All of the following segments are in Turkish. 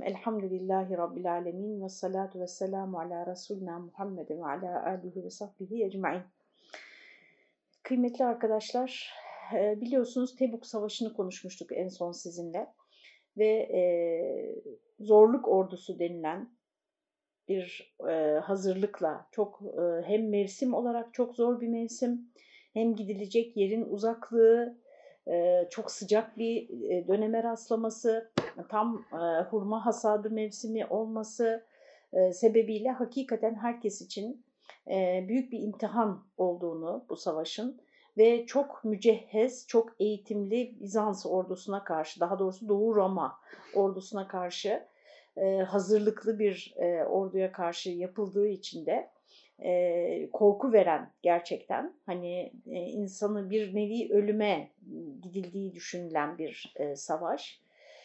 Bismillahirrahmanirrahim. Elhamdülillahi Rabbil alemin. Ve salatu ve selamu ala Resulina Muhammedin ve ala alihi ve sahbihi ecmain. Kıymetli arkadaşlar, biliyorsunuz Tebuk Savaşı'nı konuşmuştuk en son sizinle. Ve zorluk ordusu denilen bir hazırlıkla hem mevsim olarak çok zor bir mevsim, hem gidilecek yerin uzaklığı, çok sıcak bir döneme rastlaması, tam hurma hasadı mevsimi olması sebebiyle hakikaten herkes için büyük bir imtihan olduğunu bu savaşın ve çok mücehhez, çok eğitimli Bizans ordusuna karşı, daha doğrusu Doğu Roma ordusuna karşı hazırlıklı bir orduya karşı yapıldığı için de korku veren gerçekten hani insanı bir nevi ölüme gidildiği düşünülen bir savaş.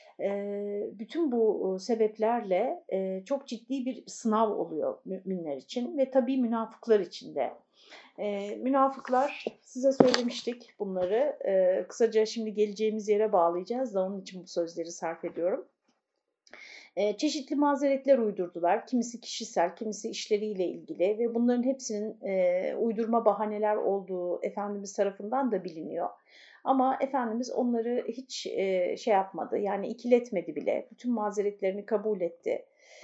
Bütün bu sebeplerle çok ciddi bir sınav oluyor müminler için ve tabii münafıklar için de. Münafıklar, size söylemiştik bunları. Kısaca şimdi geleceğimiz yere bağlayacağız da onun için bu sözleri sarf ediyorum. Çeşitli mazeretler uydurdular. Kimisi kişisel, kimisi işleriyle ilgili ve bunların hepsinin uydurma bahaneler olduğu Efendimiz tarafından da biliniyor. Ama Efendimiz onları hiç şey yapmadı, yani ikiletmedi bile. Bütün mazeretlerini kabul etti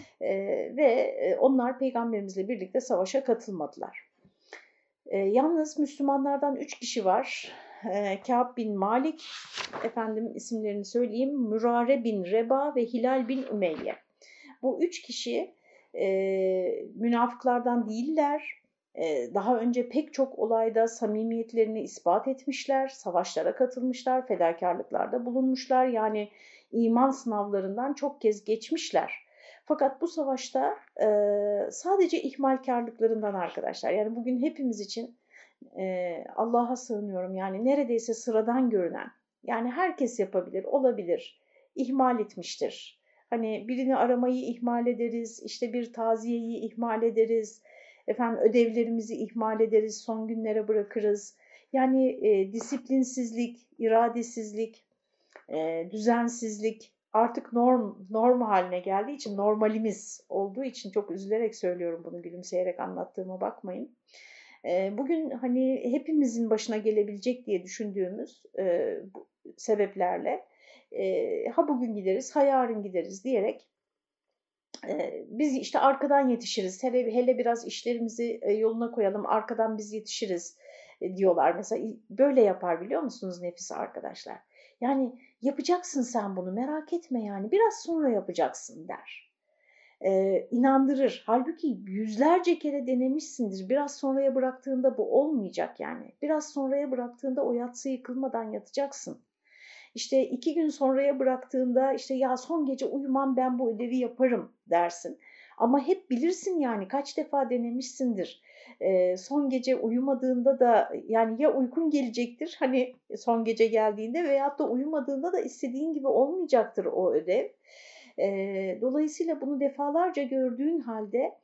ve onlar Peygamberimizle birlikte savaşa katılmadılar. Yalnız Müslümanlardan 3 kişi var. Kâb bin Malik, efendim isimlerini söyleyeyim, Mürare bin Reba ve Hilal bin Ümeyye. Bu 3 kişi münafıklardan değiller. Daha önce pek çok olayda samimiyetlerini ispat etmişler, savaşlara katılmışlar, fedakarlıklarda bulunmuşlar. Yani iman sınavlarından çok kez geçmişler. Fakat bu savaşta sadece ihmalkarlıklarından arkadaşlar, yani bugün hepimiz için Allah'a sığınıyorum, yani neredeyse sıradan görünen, yani herkes yapabilir, olabilir, ihmal etmiştir. Hani birini aramayı ihmal ederiz, işte bir taziyeyi ihmal ederiz, efendim ödevlerimizi ihmal ederiz, son günlere bırakırız. Yani disiplinsizlik, iradesizlik, düzensizlik artık norm haline geldiği için, normalimiz olduğu için çok üzülerek söylüyorum bunu, gülümseyerek anlattığıma bakmayın. Bugün hani hepimizin başına gelebilecek diye düşündüğümüz sebeplerle ha bugün gideriz, ha yarın gideriz diyerek biz işte arkadan yetişiriz, hele biraz işlerimizi yoluna koyalım, arkadan biz yetişiriz diyorlar. Mesela böyle yapar, biliyor musunuz nefis arkadaşlar? Yani yapacaksın sen bunu, merak etme, yani biraz sonra yapacaksın der. İnandırır. Halbuki yüzlerce kere denemişsindir. Biraz sonraya bıraktığında bu olmayacak yani. Biraz sonraya bıraktığında o yatsı yıkılmadan yatacaksın. İşte 2 gün sonraya bıraktığında işte ya son gece uyumam, ben bu ödevi yaparım dersin. Ama hep bilirsin, yani kaç defa denemişsindir. Son gece uyumadığında da yani ya uykun gelecektir hani son gece geldiğinde, veyahut da uyumadığında da istediğin gibi olmayacaktır o ödev. Dolayısıyla bunu defalarca gördüğün halde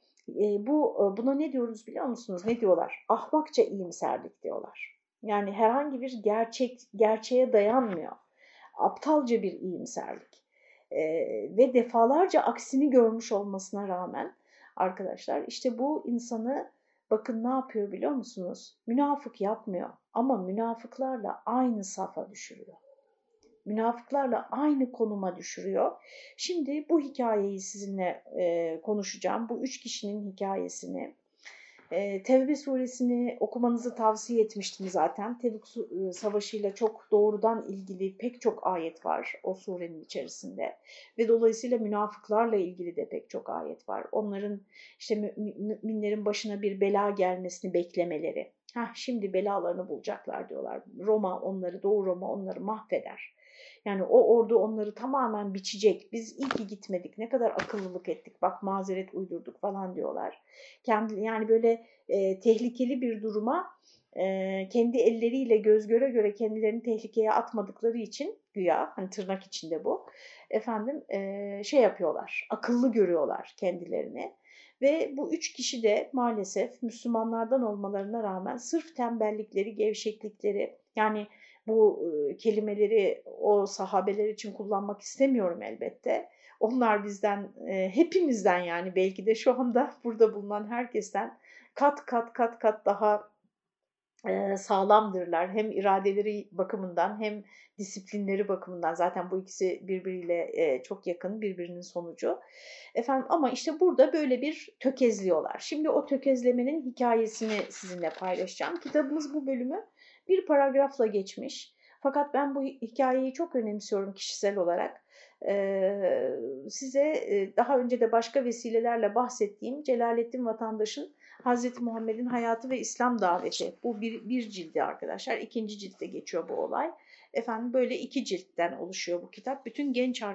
buna ne diyoruz biliyor musunuz? Ne diyorlar? Ahmakça iyimserlik diyorlar. Yani herhangi bir gerçeğe dayanmıyor. Aptalca bir iyimserlik. Ve defalarca aksini görmüş olmasına rağmen arkadaşlar, işte bu insanı bakın ne yapıyor biliyor musunuz? Münafık yapmıyor ama münafıklarla aynı safa düşürüyor. Münafıklarla aynı konuma düşürüyor. Şimdi bu hikayeyi sizinle konuşacağım. Bu 3 kişinin hikayesini. Tevbe suresini okumanızı tavsiye etmiştim zaten. Tebuk Savaşı'yla çok doğrudan ilgili pek çok ayet var o surenin içerisinde. Ve dolayısıyla münafıklarla ilgili de pek çok ayet var. Onların işte müminlerin başına bir bela gelmesini beklemeleri. Şimdi belalarını bulacaklar diyorlar. Doğu Roma onları mahveder. Yani o ordu onları tamamen biçecek. Biz iyi ki gitmedik, ne kadar akıllılık ettik, bak mazeret uydurduk falan diyorlar. Yani böyle tehlikeli bir duruma kendi elleriyle göz göre göre kendilerini tehlikeye atmadıkları için güya, hani tırnak içinde bu, efendim şey yapıyorlar, akıllı görüyorlar kendilerini. Ve bu 3 kişi de maalesef Müslümanlardan olmalarına rağmen sırf tembellikleri, gevşeklikleri, yani bu kelimeleri o sahabeler için kullanmak istemiyorum elbette. Onlar bizden, hepimizden yani belki de şu anda burada bulunan herkesten kat kat kat kat daha sağlamdırlar. Hem iradeleri bakımından hem disiplinleri bakımından. Zaten bu ikisi birbiriyle çok yakın, birbirinin sonucu. Efendim ama işte burada böyle bir tökezliyorlar. Şimdi o tökezlemenin hikayesini sizinle paylaşacağım. Kitabımız bu bölümü bir paragrafla geçmiş. Fakat ben bu hikayeyi çok önemsiyorum kişisel olarak. Size daha önce de başka vesilelerle bahsettiğim Celalettin Vatandaş'ın Hazreti Muhammed'in Hayatı ve İslam Daveti. Bu bir cildi arkadaşlar. İkinci ciltte geçiyor bu olay. Efendim böyle 2 ciltten oluşuyor bu kitap. Bütün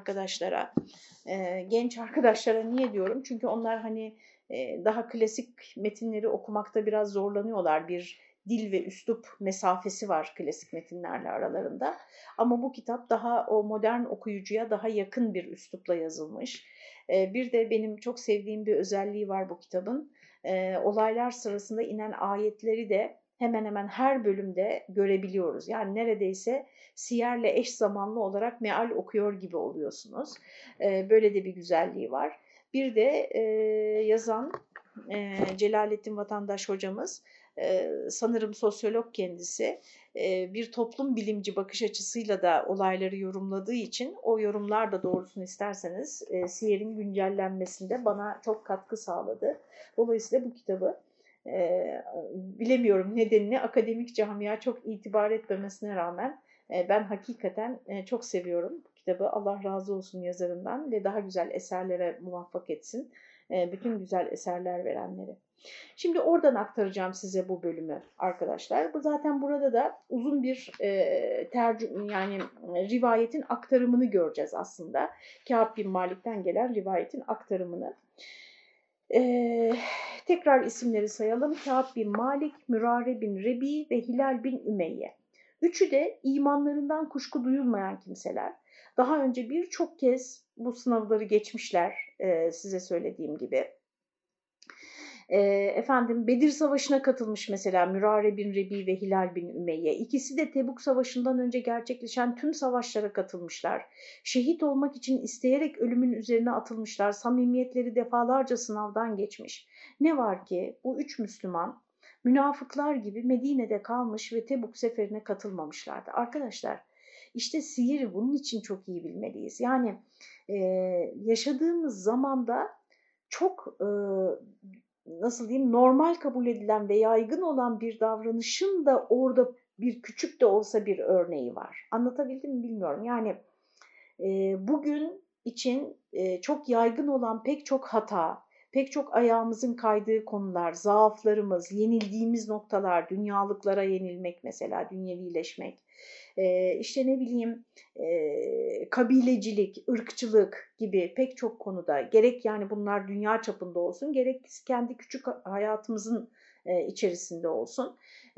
genç arkadaşlara niye diyorum? Çünkü onlar hani daha klasik metinleri okumakta biraz zorlanıyorlar. Bir dil ve üslup mesafesi var klasik metinlerle aralarında. Ama bu kitap daha o modern okuyucuya daha yakın bir üslupla yazılmış. Bir de benim çok sevdiğim bir özelliği var bu kitabın. Olaylar sırasında inen ayetleri de hemen hemen her bölümde görebiliyoruz. Yani neredeyse siyerle eş zamanlı olarak meal okuyor gibi oluyorsunuz. Böyle de bir güzelliği var. Bir de yazan Celalettin Vatandaş hocamız, sanırım sosyolog kendisi, bir toplum bilimci bakış açısıyla da olayları yorumladığı için o yorumlar da doğrusunu isterseniz siyerin güncellenmesinde bana çok katkı sağladı. Dolayısıyla bu kitabı bilemiyorum nedenini akademik camia çok itibar etmemesine rağmen ben hakikaten çok seviyorum bu kitabı. Allah razı olsun yazarından ve daha güzel eserlere muvaffak etsin. Bütün güzel eserler verenleri. Şimdi oradan aktaracağım size bu bölümü arkadaşlar. Bu zaten burada da uzun bir yani rivayetin aktarımını göreceğiz aslında. Kâb bin Malik'ten gelen rivayetin aktarımını. Tekrar isimleri sayalım. Kâb bin Malik, Mürare bin Rebi ve Hilal bin Ümeyye. Üçü de imanlarından kuşku duyulmayan kimseler. Daha önce birçok kez bu sınavları geçmişler, size söylediğim gibi. Bedir Savaşı'na katılmış mesela Mürare bin Rebi ve Hilal bin Ümeyye. İkisi de Tebuk Savaşı'ndan önce gerçekleşen tüm savaşlara katılmışlar. Şehit olmak için isteyerek ölümün üzerine atılmışlar. Samimiyetleri defalarca sınavdan geçmiş. Ne var ki bu 3 Müslüman münafıklar gibi Medine'de kalmış ve Tebuk seferine katılmamışlardı. Arkadaşlar işte siyeri bunun için çok iyi bilmeliyiz. Yani yaşadığımız zamanda çok nasıl diyeyim normal kabul edilen ve yaygın olan bir davranışın da orada bir küçük de olsa bir örneği var. Anlatabildim mi bilmiyorum. Yani bugün için çok yaygın olan pek çok hata, pek çok ayağımızın kaydığı konular, zaaflarımız, yenildiğimiz noktalar, dünyalıklara yenilmek mesela, dünyevileşmek, işte ne bileyim kabilecilik, ırkçılık gibi pek çok konuda gerek yani bunlar dünya çapında olsun gerek kendi küçük hayatımızın içerisinde olsun.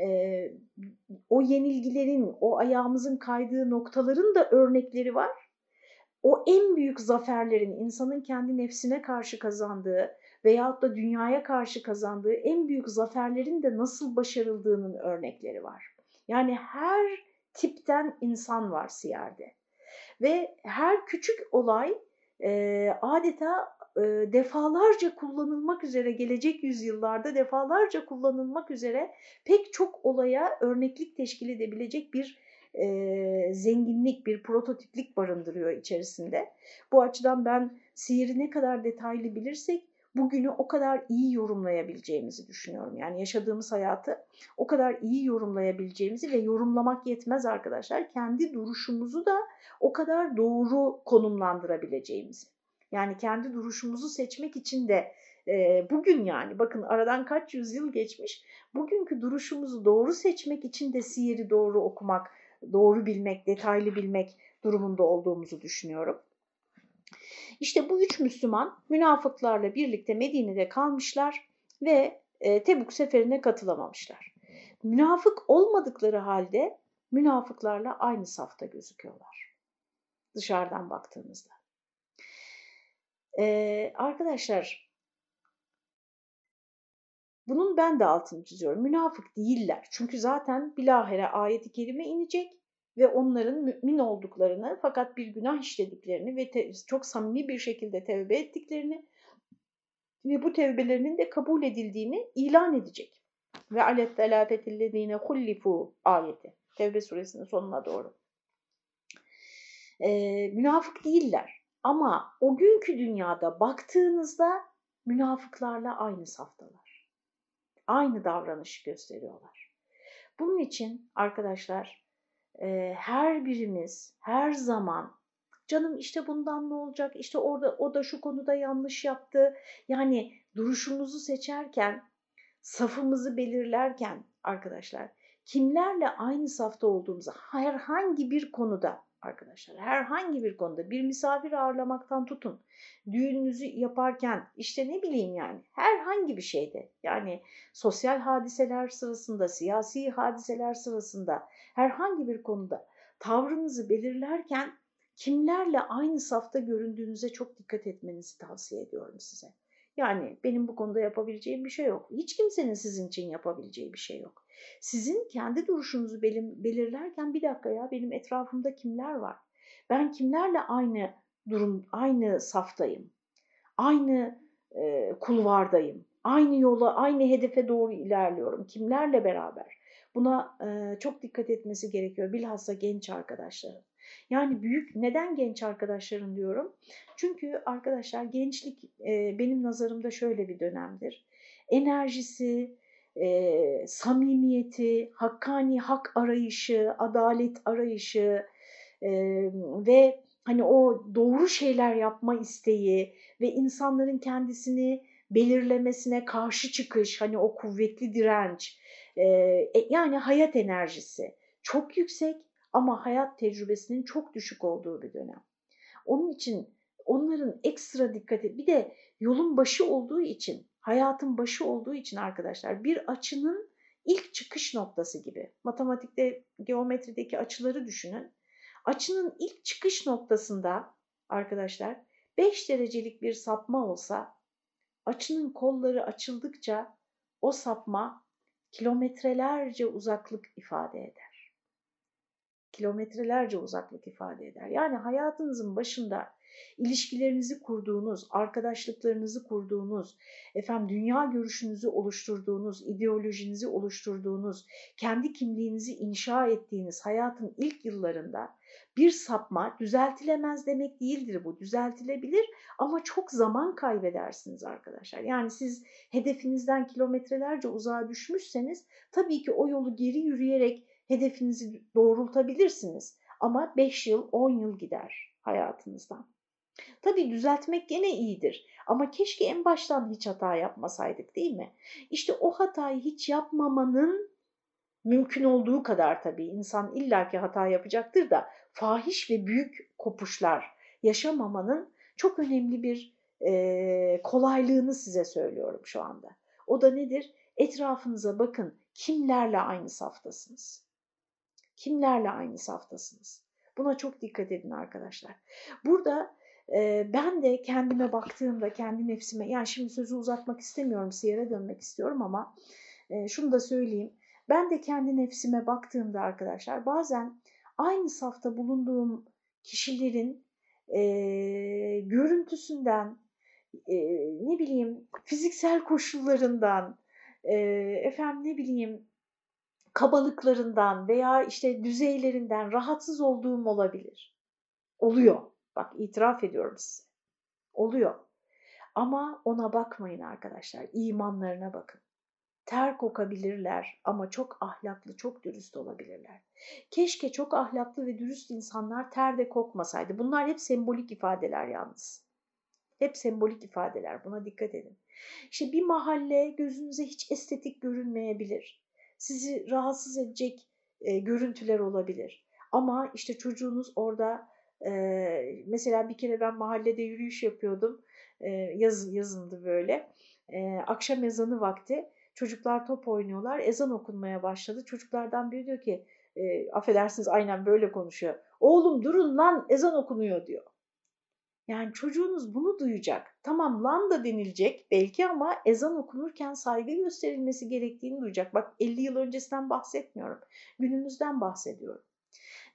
O yenilgilerin, o ayağımızın kaydığı noktaların da örnekleri var. O en büyük zaferlerin insanın kendi nefsine karşı kazandığı veyahut da dünyaya karşı kazandığı en büyük zaferlerin de nasıl başarıldığının örnekleri var. Yani her tipten insan var siyerde. Ve her küçük olay adeta defalarca kullanılmak üzere gelecek yüzyıllarda defalarca kullanılmak üzere pek çok olaya örneklik teşkil edebilecek bir zenginlik, bir prototiplik barındırıyor içerisinde. Bu açıdan ben sihiri ne kadar detaylı bilirsek bugünü o kadar iyi yorumlayabileceğimizi düşünüyorum. Yani yaşadığımız hayatı o kadar iyi yorumlayabileceğimizi ve yorumlamak yetmez arkadaşlar. Kendi duruşumuzu da o kadar doğru konumlandırabileceğimizi. Yani kendi duruşumuzu seçmek için de bugün yani bakın aradan kaç yüzyıl geçmiş. Bugünkü duruşumuzu doğru seçmek için de siyeri doğru okumak, doğru bilmek, detaylı bilmek durumunda olduğumuzu düşünüyorum. İşte bu 3 Müslüman münafıklarla birlikte Medine'de kalmışlar ve Tebuk seferine katılamamışlar. Münafık olmadıkları halde münafıklarla aynı safta gözüküyorlar dışarıdan baktığımızda. Arkadaşlar bunun ben de altını çiziyorum. Münafık değiller. Çünkü zaten bilahare ayet-i kerime inecek ve onların mümin olduklarını fakat bir günah işlediklerini ve çok samimi bir şekilde tevbe ettiklerini ve bu tevbelerinin de kabul edildiğini ilan edecek. Ve alet delâfetillezîne hullifu ayeti. Tevbe suresinin sonuna doğru. Münafık değiller ama o günkü dünyada baktığınızda münafıklarla aynı saftalar. Aynı davranışı gösteriyorlar. Bunun için arkadaşlar her birimiz her zaman canım işte bundan ne olacak, işte orada o da şu konuda yanlış yaptı. Yani duruşumuzu seçerken, safımızı belirlerken arkadaşlar kimlerle aynı safta olduğumuzu herhangi bir konuda arkadaşlar herhangi bir konuda bir misafir ağırlamaktan tutun, düğününüzü yaparken işte ne bileyim yani herhangi bir şeyde yani sosyal hadiseler sırasında, siyasi hadiseler sırasında herhangi bir konuda tavrınızı belirlerken kimlerle aynı safta göründüğünüze çok dikkat etmenizi tavsiye ediyorum size. Yani benim bu konuda yapabileceğim bir şey yok. Hiç kimsenin sizin için yapabileceği bir şey yok. Sizin kendi duruşunuzu belirlerken bir dakika ya benim etrafımda kimler var? Ben kimlerle aynı saftayım, aynı kulvardayım, aynı yola, aynı hedefe doğru ilerliyorum. Kimlerle beraber? Buna çok dikkat etmesi gerekiyor. Bilhassa genç arkadaşların. Yani neden genç arkadaşların diyorum? Çünkü arkadaşlar gençlik benim nazarımda şöyle bir dönemdir. Enerjisi, samimiyeti, hakkani hak arayışı, adalet arayışı ve hani o doğru şeyler yapma isteği ve insanların kendisini belirlemesine karşı çıkış, hani o kuvvetli direnç, yani hayat enerjisi çok yüksek ama hayat tecrübesinin çok düşük olduğu bir dönem. Onun için onların ekstra dikkati, bir de yolun başı olduğu için, hayatın başı olduğu için arkadaşlar bir açının ilk çıkış noktası gibi. Matematikte, geometrideki açıları düşünün. Açının ilk çıkış noktasında arkadaşlar 5 derecelik bir sapma olsa açının kolları açıldıkça o sapma kilometrelerce uzaklık ifade eder. Kilometrelerce uzaklık ifade eder. Yani hayatınızın başında ilişkilerinizi kurduğunuz, arkadaşlıklarınızı kurduğunuz, dünya görüşünüzü oluşturduğunuz, ideolojinizi oluşturduğunuz, kendi kimliğinizi inşa ettiğiniz hayatın ilk yıllarında bir sapma düzeltilemez demek değildir bu. Düzeltilebilir ama çok zaman kaybedersiniz arkadaşlar. Yani siz hedefinizden kilometrelerce uzağa düşmüşseniz tabii ki o yolu geri yürüyerek hedefinizi doğrultabilirsiniz ama 5 yıl, 10 yıl gider hayatınızdan. Tabii düzeltmek gene iyidir ama keşke en baştan hiç hata yapmasaydık değil mi? İşte o hatayı hiç yapmamanın mümkün olduğu kadar tabii insan illaki hata yapacaktır da fahiş ve büyük kopuşlar yaşamamanın çok önemli bir kolaylığını size söylüyorum şu anda. O da nedir? Etrafınıza bakın, kimlerle aynı saftasınız? Kimlerle aynı saftasınız? Buna çok dikkat edin arkadaşlar. Burada ben de kendime baktığımda, kendi nefsime, yani şimdi sözü uzatmak istemiyorum, siyere dönmek istiyorum ama şunu da söyleyeyim. Ben de kendi nefsime baktığımda arkadaşlar bazen aynı safta bulunduğum kişilerin görüntüsünden, ne bileyim fiziksel koşullarından, ne bileyim kabalıklarından veya işte düzeylerinden rahatsız olduğum olabilir. Oluyor. Bak itiraf ediyorum size. Oluyor. Ama ona bakmayın arkadaşlar. İmanlarına bakın. Ter kokabilirler ama çok ahlaklı, çok dürüst olabilirler. Keşke çok ahlaklı ve dürüst insanlar ter de kokmasaydı. Bunlar hep sembolik ifadeler yalnız. Hep sembolik ifadeler. Buna dikkat edin. İşte bir mahalle gözünüze hiç estetik görünmeyebilir. Sizi rahatsız edecek görüntüler olabilir. Ama işte çocuğunuz orada mesela bir kere ben mahallede yürüyüş yapıyordum. Yazındı böyle. Akşam ezanı vakti çocuklar top oynuyorlar. Ezan okunmaya başladı. Çocuklardan biri diyor ki affedersiniz aynen böyle konuşuyor. Oğlum durun lan ezan okunuyor diyor. Yani çocuğunuz bunu duyacak. Tamam lan da denilecek belki ama ezan okunurken saygı gösterilmesi gerektiğini duyacak. Bak 50 yıl öncesinden bahsetmiyorum. Günümüzden bahsediyorum.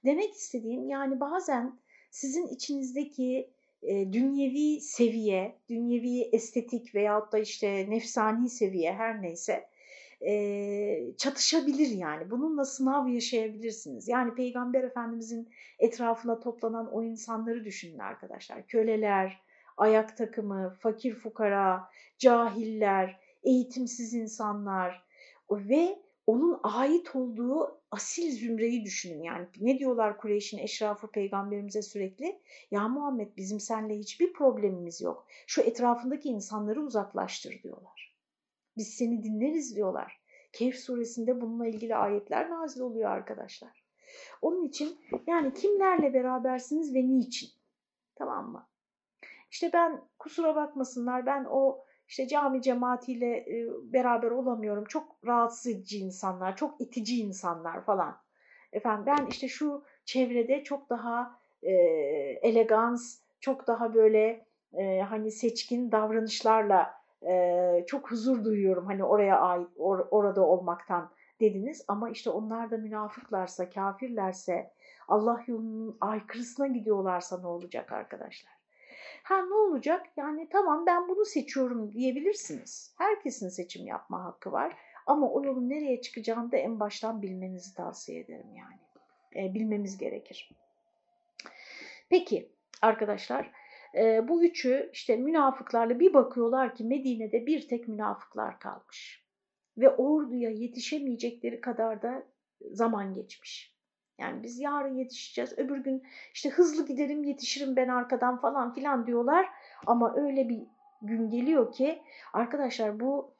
Demek istediğim yani bazen sizin içinizdeki dünyevi seviye, dünyevi estetik veyahut da işte nefsani seviye her neyse çatışabilir yani. Bununla sınav yaşayabilirsiniz. Yani Peygamber Efendimizin etrafına toplanan o insanları düşünün arkadaşlar. Köleler, ayak takımı, fakir fukara, cahiller, eğitimsiz insanlar ve onun ait olduğu asil zümreyi düşünün. Yani ne diyorlar Kureyş'in eşrafı peygamberimize sürekli? Ya Muhammed bizim seninle hiçbir problemimiz yok. Şu etrafındaki insanları uzaklaştır diyorlar. Biz seni dinleriz diyorlar. Kehf suresinde bununla ilgili ayetler nazil oluyor arkadaşlar. Onun için yani kimlerle berabersiniz ve niçin? Tamam mı? İşte ben kusura bakmasınlar ben o işte cami cemaatiyle beraber olamıyorum. Çok rahatsız edici insanlar, çok itici insanlar falan. Efendim ben işte şu çevrede çok daha elegans, çok daha böyle hani seçkin davranışlarla çok huzur duyuyorum. Hani oraya ait, orada olmaktan dediniz. Ama işte onlar da münafıklarsa, kafirlerse, Allah yolunun aykırısına gidiyorlarsa ne olacak arkadaşlar? Ha ne olacak? Yani tamam ben bunu seçiyorum diyebilirsiniz. Herkesin seçim yapma hakkı var. Ama o yolun nereye çıkacağını da en baştan bilmenizi tavsiye ederim yani. Bilmemiz gerekir. Peki arkadaşlar bu üçü işte münafıklarla bir bakıyorlar ki Medine'de bir tek münafıklar kalmış. Ve orduya yetişemeyecekleri kadar da zaman geçmiş. Yani biz yarın yetişeceğiz, öbür gün işte hızlı giderim yetişirim ben arkadan falan filan diyorlar. Ama öyle bir gün geliyor ki arkadaşlar bu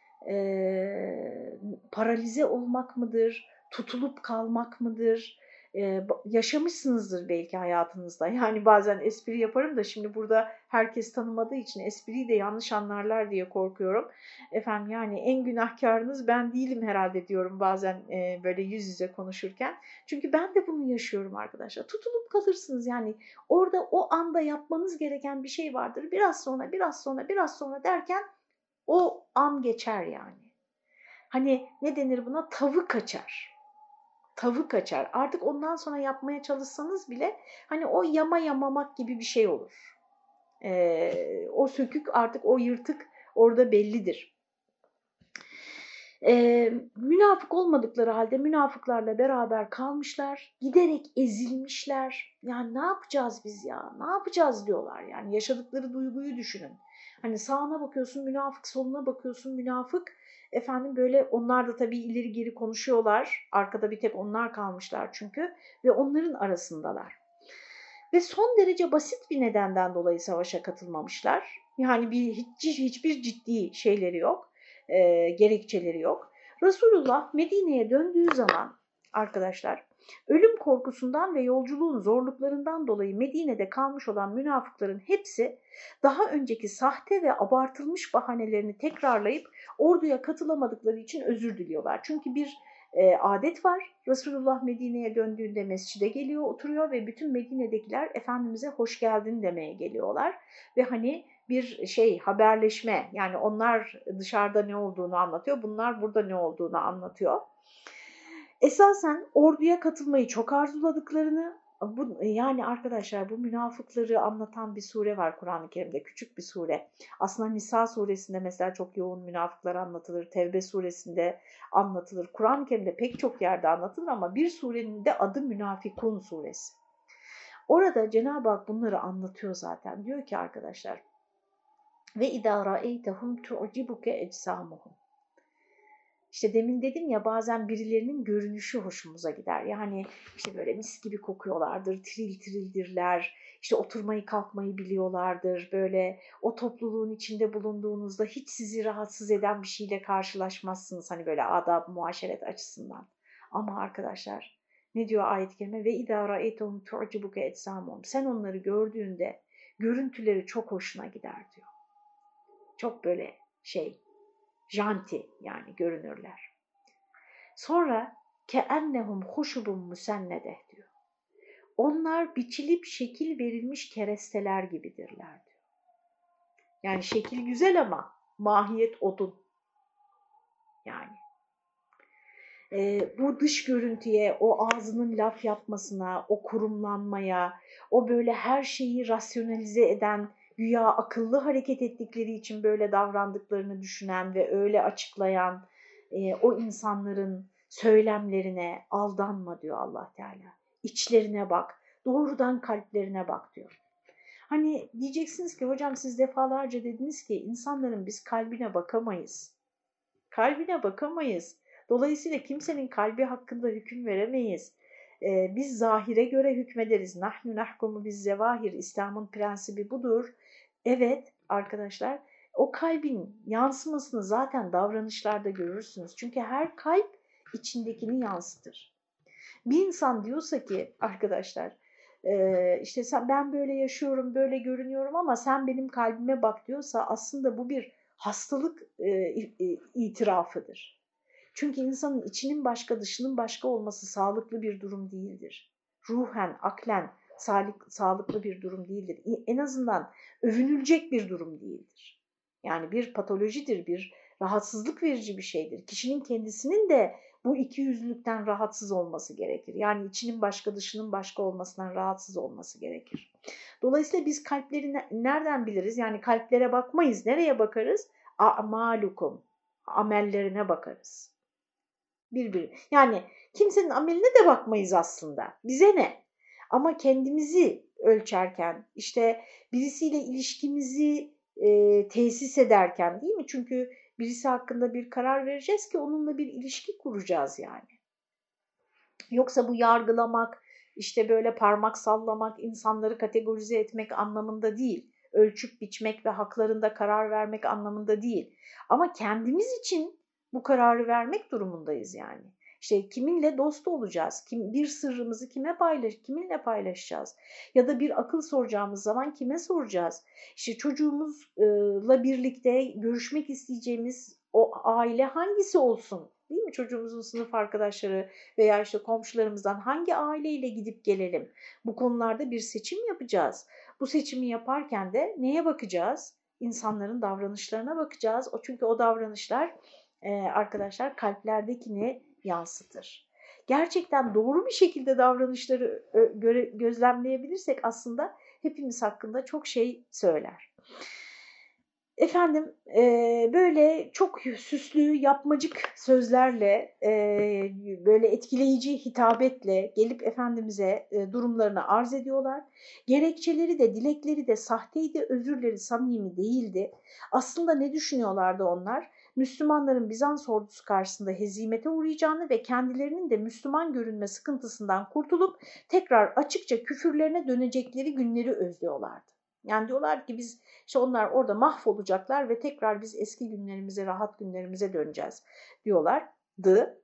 paralize olmak mıdır, tutulup kalmak mıdır? Yaşamışsınızdır belki hayatınızda. Yani bazen espri yaparım da şimdi burada herkes tanımadığı için espriyi de yanlış anlarlar diye korkuyorum. Efendim yani en günahkarınız ben değilim herhalde diyorum bazen böyle yüz yüze konuşurken. Çünkü ben de bunu yaşıyorum arkadaşlar. Tutulup kalırsınız yani orada o anda yapmanız gereken bir şey vardır. Biraz sonra, biraz sonra, biraz sonra derken o an geçer yani. Hani ne denir buna? Tavı kaçar. Tavı kaçar. Artık ondan sonra yapmaya çalışsanız bile hani o yama yamamak gibi bir şey olur. O sökük artık o yırtık orada bellidir. Münafık olmadıkları halde münafıklarla beraber kalmışlar, giderek ezilmişler. Yani ne yapacağız biz ya? Ne yapacağız diyorlar yani yaşadıkları duyguyu düşünün. Hani sağına bakıyorsun münafık, soluna bakıyorsun münafık. Efendim böyle onlar da tabii ileri geri konuşuyorlar. Arkada bir tek onlar kalmışlar çünkü ve onların arasındalar. Ve son derece basit bir nedenden dolayı savaşa katılmamışlar. Yani hiçbir ciddi şeyleri yok, gerekçeleri yok. Resulullah Medine'ye döndüğü zaman arkadaşlar ölüm korkusundan ve yolculuğun zorluklarından dolayı Medine'de kalmış olan münafıkların hepsi daha önceki sahte ve abartılmış bahanelerini tekrarlayıp orduya katılamadıkları için özür diliyorlar. Çünkü bir adet var. Resulullah Medine'ye döndüğünde mescide geliyor, oturuyor ve bütün Medine'dekiler Efendimiz'e hoş geldin demeye geliyorlar. Ve hani bir haberleşme yani onlar dışarıda ne olduğunu anlatıyor, bunlar burada ne olduğunu anlatıyor. Esasen orduya katılmayı çok arzuladıklarını, yani arkadaşlar bu münafıkları anlatan bir sure var Kur'an-ı Kerim'de, küçük bir sure. Aslında Nisa suresinde mesela çok yoğun münafıklar anlatılır, Tevbe suresinde anlatılır, Kur'an-ı Kerim'de pek çok yerde anlatılır ama bir surenin de adı Münafikun suresi. Orada Cenab-ı Hak bunları anlatıyor zaten. Diyor ki arkadaşlar ve idâ ra'eytehum tu'cibuke ecsamuhum. İşte demin dedim ya bazen birilerinin görünüşü hoşumuza gider. Yani işte böyle mis gibi kokuyorlardır, tiril tirildirler, işte oturmayı kalkmayı biliyorlardır. Böyle o topluluğun içinde bulunduğunuzda hiç sizi rahatsız eden bir şeyle karşılaşmazsınız. Hani böyle adab, muaşeret açısından. Ama arkadaşlar ne diyor ayet-i kerime? Ve idâ ra'eytehum tu'cibuke ecsamuhum. Sen onları gördüğünde görüntüleri çok hoşuna gider diyor. Çok böyle janti yani görünürler. Sonra keennehum huşubun musennedeh diyor. Onlar biçilip şekil verilmiş keresteler gibidirler diyor. Yani şekil güzel ama mahiyet odun. Yani Bu dış görüntüye, o ağzının laf yapmasına, o kurumlanmaya, o böyle her şeyi rasyonalize eden, güya akıllı hareket ettikleri için böyle davrandıklarını düşünen ve öyle açıklayan o insanların söylemlerine aldanma diyor Allah Teala. İçlerine bak, doğrudan kalplerine bak diyor. Hani diyeceksiniz ki hocam siz defalarca dediniz ki insanların biz kalbine bakamayız. Kalbine bakamayız. Dolayısıyla kimsenin kalbi hakkında hüküm veremeyiz. Biz zahire göre hükmederiz. Nahnu nahkumu biz zevahir. İslam'ın prensibi budur. Evet arkadaşlar, o kalbin yansımasını zaten davranışlarda görürsünüz. Çünkü her kalp içindekini yansıtır. Bir insan diyorsa ki arkadaşlar, işte ben böyle yaşıyorum, böyle görünüyorum ama sen benim kalbime bak diyorsa aslında bu bir hastalık itirafıdır. Çünkü insanın içinin başka, dışının başka olması sağlıklı bir durum değildir. Ruhen, aklen sağlıklı bir durum değildir. En azından övünülecek bir durum değildir. Yani bir patolojidir, bir rahatsızlık verici bir şeydir. Kişinin kendisinin de bu ikiyüzlülükten rahatsız olması gerekir. Yani içinin başka, dışının başka olmasından rahatsız olması gerekir. Dolayısıyla biz kalpleri nereden biliriz? Yani kalplere bakmayız. Nereye bakarız? A'malukum, amellerine bakarız. Yani kimsenin ameline de bakmayız aslında. Bize ne? Ama kendimizi ölçerken, işte birisiyle ilişkimizi tesis ederken, değil mi? Çünkü birisi hakkında bir karar vereceğiz ki onunla bir ilişki kuracağız yani. Yoksa bu yargılamak, işte böyle parmak sallamak, insanları kategorize etmek anlamında değil. Ölçüp biçmek ve haklarında karar vermek anlamında değil. Ama kendimiz için bu kararı vermek durumundayız yani. İşte kiminle dost olacağız, bir sırrımızı kiminle paylaşacağız? Ya da bir akıl soracağımız zaman kime soracağız? İşte çocuğumuzla birlikte görüşmek isteyeceğimiz o aile hangisi olsun? Değil mi? Çocuğumuzun sınıf arkadaşları veya işte komşularımızdan hangi aileyle gidip gelelim? Bu konularda bir seçim yapacağız. Bu seçimi yaparken de neye bakacağız? İnsanların davranışlarına bakacağız. Çünkü o davranışlar arkadaşlar kalplerdekini yansıtır. Gerçekten doğru bir şekilde davranışları gözlemleyebilirsek aslında hepimiz hakkında çok şey söyler. Efendim böyle çok süslü, yapmacık sözlerle, böyle etkileyici hitabetle gelip Efendimiz'e durumlarını arz ediyorlar. Gerekçeleri de, dilekleri de sahteydi, özürleri samimi değildi. Aslında ne düşünüyorlardı onlar? Müslümanların Bizans ordusu karşısında hezimete uğrayacağını ve kendilerinin de Müslüman görünme sıkıntısından kurtulup tekrar açıkça küfürlerine dönecekleri günleri özlüyorlardı. Yani diyorlar ki biz işte onlar orada mahvolacaklar ve tekrar biz eski günlerimize, rahat günlerimize döneceğiz diyorlardı.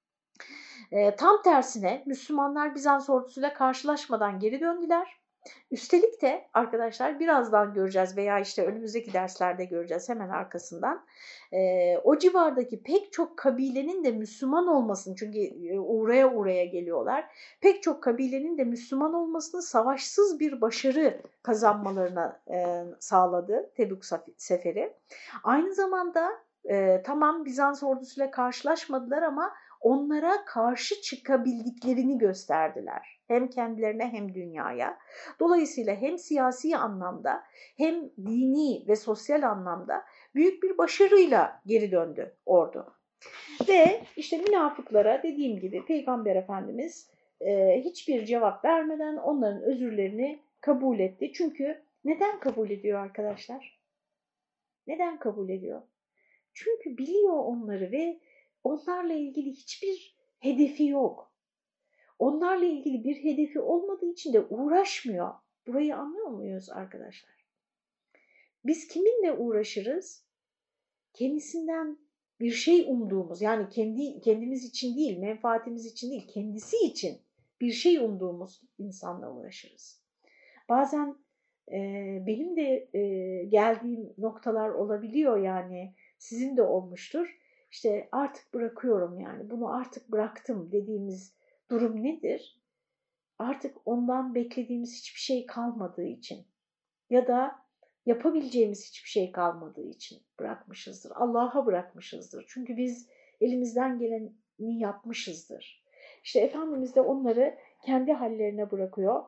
Tam tersine Müslümanlar Bizans ordusuyla karşılaşmadan geri döndüler. Üstelik de arkadaşlar birazdan göreceğiz veya işte önümüzdeki derslerde göreceğiz hemen arkasından. O civardaki pek çok kabilenin de Müslüman olmasını, çünkü uğraya geliyorlar, pek çok kabilenin de Müslüman olmasını savaşsız bir başarı kazanmalarına sağladı Tebük seferi. Aynı zamanda tamam Bizans ordusuyla karşılaşmadılar ama onlara karşı çıkabildiklerini gösterdiler. Hem kendilerine hem dünyaya. Dolayısıyla hem siyasi anlamda hem dini ve sosyal anlamda büyük bir başarıyla geri döndü ordu. Ve işte münafıklara dediğim gibi Peygamber Efendimiz hiçbir cevap vermeden onların özürlerini kabul etti. Çünkü neden kabul ediyor arkadaşlar? Neden kabul ediyor? Çünkü biliyor onları ve onlarla ilgili hiçbir hedefi yok. Onlarla ilgili bir hedefi olmadığı için de uğraşmıyor. Burayı anlıyor muyuz arkadaşlar? Biz kiminle uğraşırız? Kendisinden bir şey umduğumuz, yani kendimiz için değil, menfaatimiz için değil, kendisi için bir şey umduğumuz insanla uğraşırız. Bazen benim de geldiğim noktalar olabiliyor, yani sizin de olmuştur. İşte artık bırakıyorum, yani bunu artık bıraktım dediğimiz durum nedir? Artık ondan beklediğimiz hiçbir şey kalmadığı için ya da yapabileceğimiz hiçbir şey kalmadığı için bırakmışızdır. Allah'a bırakmışızdır. Çünkü biz elimizden gelen yapmışızdır. İşte Efendimiz de onları kendi hallerine bırakıyor.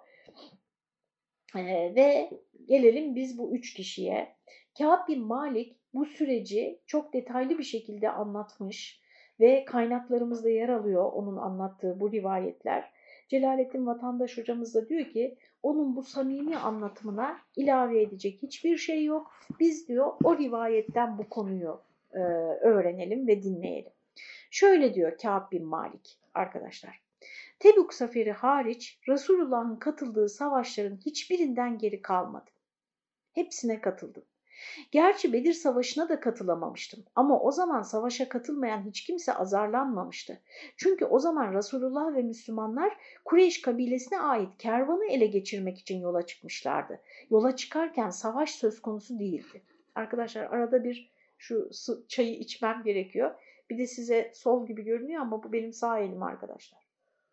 Ve gelelim biz bu 3 kişiye. Kâb bin Malik bu süreci çok detaylı bir şekilde anlatmış ve kaynaklarımızda yer alıyor onun anlattığı bu rivayetler. Celalettin Vatandaş hocamız da diyor ki onun bu samimi anlatımına ilave edecek hiçbir şey yok. Biz diyor o rivayetten bu konuyu öğrenelim ve dinleyelim. Şöyle diyor Kâb bin Malik arkadaşlar. Tebük seferi hariç Resulullah'ın katıldığı savaşların hiçbirinden geri kalmadım. Hepsine katıldım. Gerçi Bedir Savaşı'na da katılamamıştım ama o zaman savaşa katılmayan hiç kimse azarlanmamıştı. Çünkü o zaman Resulullah ve Müslümanlar Kureyş kabilesine ait kervanı ele geçirmek için yola çıkmışlardı. Yola çıkarken savaş söz konusu değildi. Arkadaşlar arada bir şu çayı içmem gerekiyor. Bir de size sol gibi görünüyor ama bu benim sağ elim arkadaşlar.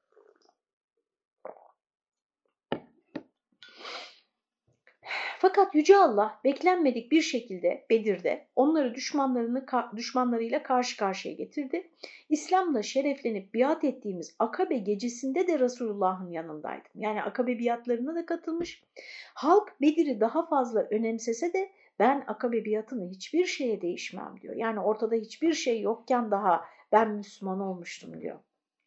Fakat Yüce Allah beklenmedik bir şekilde Bedir'de onları düşmanlarıyla karşı karşıya getirdi. İslam'la şereflenip biat ettiğimiz Akabe gecesinde de Resulullah'ın yanındaydım. Yani Akabe biatlarına da katılmış. Halk Bedir'i daha fazla önemsese de ben Akabe biatını hiçbir şeye değişmem diyor. Yani ortada hiçbir şey yokken daha ben Müslüman olmuştum diyor.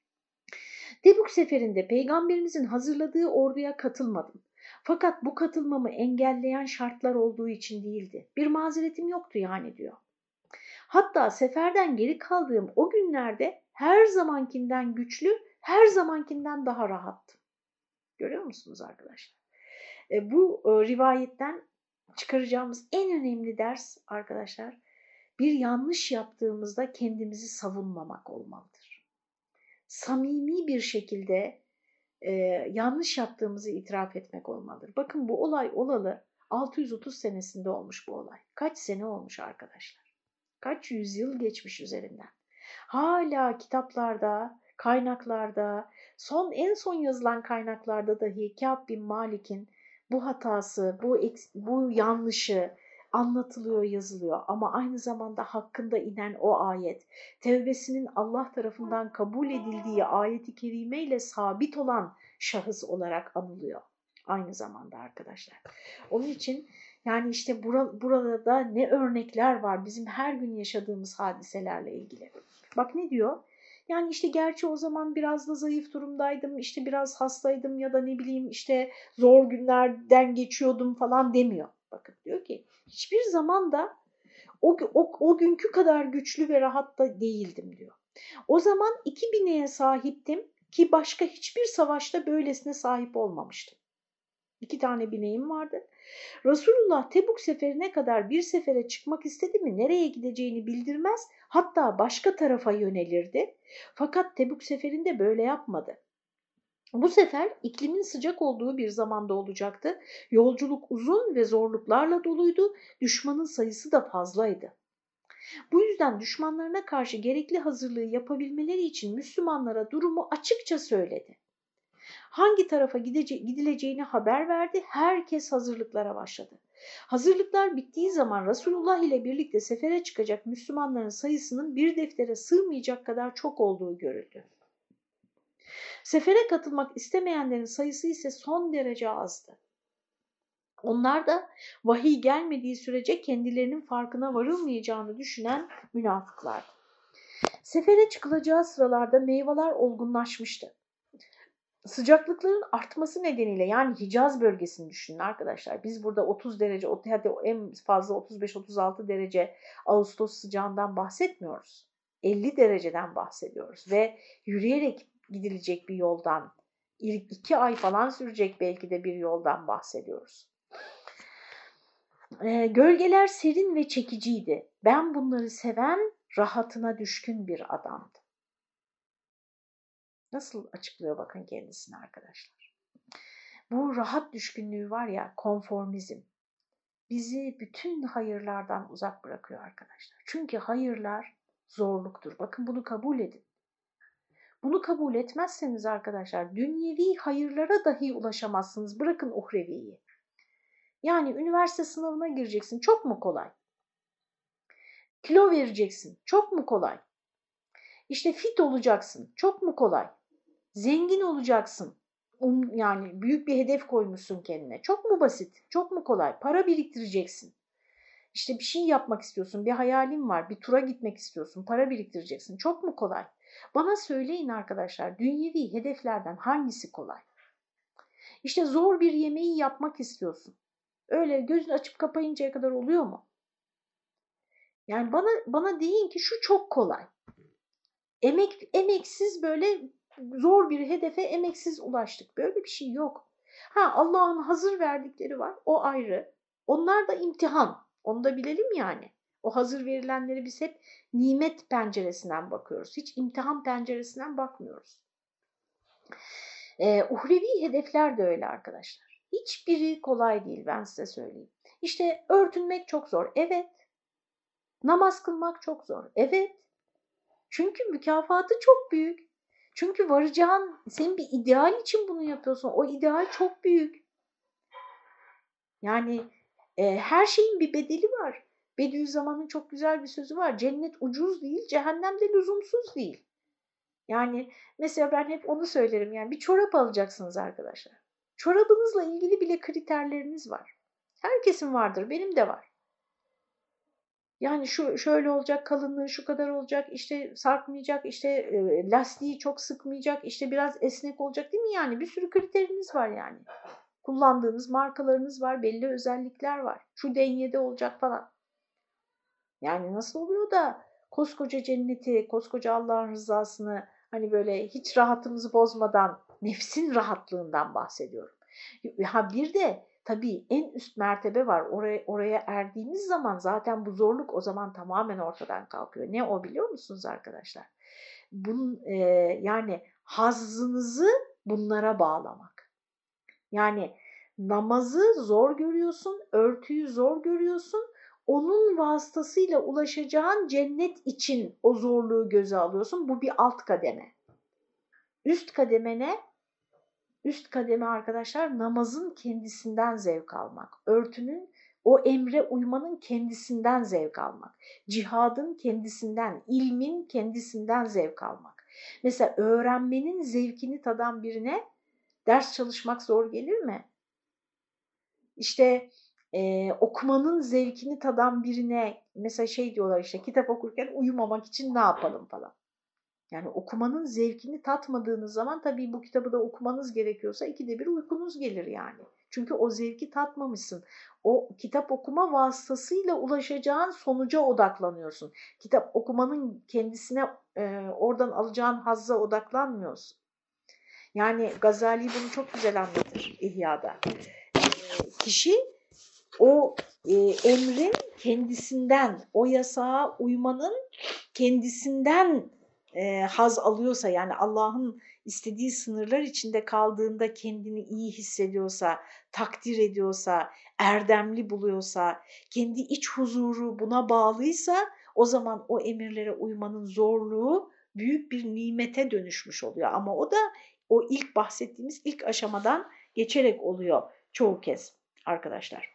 Tebük seferinde peygamberimizin hazırladığı orduya katılmadım. Fakat bu katılmamı engelleyen şartlar olduğu için değildi. Bir mazeretim yoktu yani diyor. Hatta seferden geri kaldığım o günlerde her zamankinden güçlü, her zamankinden daha rahattım. Görüyor musunuz arkadaşlar? Bu rivayetten çıkaracağımız en önemli ders arkadaşlar, bir yanlış yaptığımızda kendimizi savunmamak olmalıdır. Samimi bir şekilde yanlış yaptığımızı itiraf etmek olmalıdır. Bakın bu olay olalı 630 senesinde olmuş bu olay. Kaç sene olmuş arkadaşlar? Kaç yüzyıl geçmiş üzerinden. Hala kitaplarda, kaynaklarda, en son yazılan kaynaklarda dahi Kâb bin Malik'in bu hatası, bu yanlışı anlatılıyor, yazılıyor. Ama aynı zamanda hakkında inen o ayet, tevbesinin Allah tarafından kabul edildiği ayeti kerimeyle sabit olan şahıs olarak anılıyor. Aynı zamanda arkadaşlar. Onun için yani işte burada da ne örnekler var bizim her gün yaşadığımız hadiselerle ilgili. Bak ne diyor? Yani işte gerçi o zaman biraz da zayıf durumdaydım, işte biraz hastaydım ya da ne bileyim işte zor günlerden geçiyordum falan demiyor. Bakın diyor ki hiçbir zaman da o günkü kadar güçlü ve rahat da değildim diyor. O zaman 2000'e sahiptim ki başka hiçbir savaşta böylesine sahip olmamıştım. 2 tane bineğim vardı. Resulullah Tebük seferine kadar bir sefere çıkmak istedi mi nereye gideceğini bildirmez, hatta başka tarafa yönelirdi. Fakat Tebük seferinde böyle yapmadı. Bu sefer iklimin sıcak olduğu bir zamanda olacaktı. Yolculuk uzun ve zorluklarla doluydu. Düşmanın sayısı da fazlaydı. Bu yüzden düşmanlarına karşı gerekli hazırlığı yapabilmeleri için Müslümanlara durumu açıkça söyledi. Hangi tarafa gidileceğini haber verdi. Herkes hazırlıklara başladı. Hazırlıklar bittiği zaman Resulullah ile birlikte sefere çıkacak Müslümanların sayısının bir deftere sığmayacak kadar çok olduğu görüldü. Sefere katılmak istemeyenlerin sayısı ise son derece azdı. Onlar da vahiy gelmediği sürece kendilerinin farkına varılmayacağını düşünen münafıklardı. Sefere çıkılacağı sıralarda meyveler olgunlaşmıştı. Sıcaklıkların artması nedeniyle yani Hicaz bölgesini düşünün arkadaşlar. Biz burada 30 derece, hadi en fazla 35-36 derece Ağustos sıcağından bahsetmiyoruz. 50 dereceden bahsediyoruz ve yürüyerek gidilecek bir yoldan, 2 ay falan sürecek belki de bir yoldan bahsediyoruz. Gölgeler serin ve çekiciydi. Ben bunları seven, rahatına düşkün bir adamdım. Nasıl açıklıyor bakın kendisini arkadaşlar. Bu rahat düşkünlüğü var ya, konformizm, bizi bütün hayırlardan uzak bırakıyor arkadaşlar. Çünkü hayırlar zorluktur. Bakın bunu kabul edin. Bunu kabul etmezseniz arkadaşlar dünyevi hayırlara dahi ulaşamazsınız. Bırakın uhreviyi. Yani üniversite sınavına gireceksin. Çok mu kolay? Kilo vereceksin. Çok mu kolay? İşte fit olacaksın. Çok mu kolay? Zengin olacaksın. Yani büyük bir hedef koymuşsun kendine. Çok mu basit? Çok mu kolay? Para biriktireceksin. İşte bir şey yapmak istiyorsun, bir hayalin var, bir tura gitmek istiyorsun, para biriktireceksin. Çok mu kolay? Bana söyleyin arkadaşlar, dünyevi hedeflerden hangisi kolay? İşte zor bir yemeği yapmak istiyorsun. Öyle gözünü açıp kapayıncaya kadar oluyor mu? Yani bana deyin ki şu çok kolay. Emeksiz böyle zor bir hedefe emeksiz ulaştık. Böyle bir şey yok. Ha, Allah'ın hazır verdikleri var, o ayrı. Onlar da imtihan. Onu da bilelim yani. O hazır verilenleri biz hep nimet penceresinden bakıyoruz. Hiç imtihan penceresinden bakmıyoruz. Uhrevi hedefler de öyle arkadaşlar. Hiçbiri kolay değil, ben size söyleyeyim. İşte örtünmek çok zor. Evet. Namaz kılmak çok zor. Evet. Çünkü mükafatı çok büyük. Çünkü varacağın, senin bir ideal için bunu yapıyorsun. O ideal çok büyük. Yani her şeyin bir bedeli var. Bediüzzaman'ın çok güzel bir sözü var. Cennet ucuz değil, cehennem de lüzumsuz değil. Yani mesela ben hep onu söylerim. Yani bir çorap alacaksınız arkadaşlar. Çorabınızla ilgili bile kriterleriniz var. Herkesin vardır, benim de var. Yani şu şöyle olacak, kalınlığı şu kadar olacak, işte sarkmayacak, işte lastiği çok sıkmayacak, işte biraz esnek olacak, değil mi yani? Bir sürü kriteriniz var yani. Kullandığınız markalarınız var, belli özellikler var. Şu denyede olacak falan. Yani nasıl oluyor da koskoca cenneti, koskoca Allah'ın rızasını hani böyle hiç rahatımızı bozmadan, nefsin rahatlığından bahsediyorum. Ha bir de tabii en üst mertebe var. Oraya erdiğimiz zaman zaten bu zorluk o zaman tamamen ortadan kalkıyor. Ne o biliyor musunuz arkadaşlar? Yani hazzınızı bunlara bağlamak. Yani namazı zor görüyorsun, örtüyü zor görüyorsun. Onun vasıtasıyla ulaşacağın cennet için o zorluğu göze alıyorsun. Bu bir alt kademe. Üst kademe ne? Üst kademe arkadaşlar namazın kendisinden zevk almak. Örtünün, o emre uymanın kendisinden zevk almak. Cihadın kendisinden, ilmin kendisinden zevk almak. Mesela öğrenmenin zevkini tadan birine ders çalışmak zor gelir mi? İşte okumanın zevkini tadan birine mesela şey diyorlar, işte kitap okurken uyumamak için ne yapalım falan. Yani okumanın zevkini tatmadığınız zaman tabii bu kitabı da okumanız gerekiyorsa 2'de 1 uykunuz gelir yani. Çünkü o zevki tatmamışsın. O kitap okuma vasıtasıyla ulaşacağın sonuca odaklanıyorsun. Kitap okumanın kendisine oradan alacağın hazza odaklanmıyorsun. Yani Gazali bunu çok güzel anlatır İhya'da. Kişi o emrin kendisinden, o yasağa uymanın kendisinden haz alıyorsa, yani Allah'ın istediği sınırlar içinde kaldığında kendini iyi hissediyorsa, takdir ediyorsa, erdemli buluyorsa, kendi iç huzuru buna bağlıysa, o zaman o emirlere uymanın zorluğu büyük bir nimete dönüşmüş oluyor. Ama o da o ilk bahsettiğimiz ilk aşamadan geçerek oluyor çoğu kez arkadaşlar.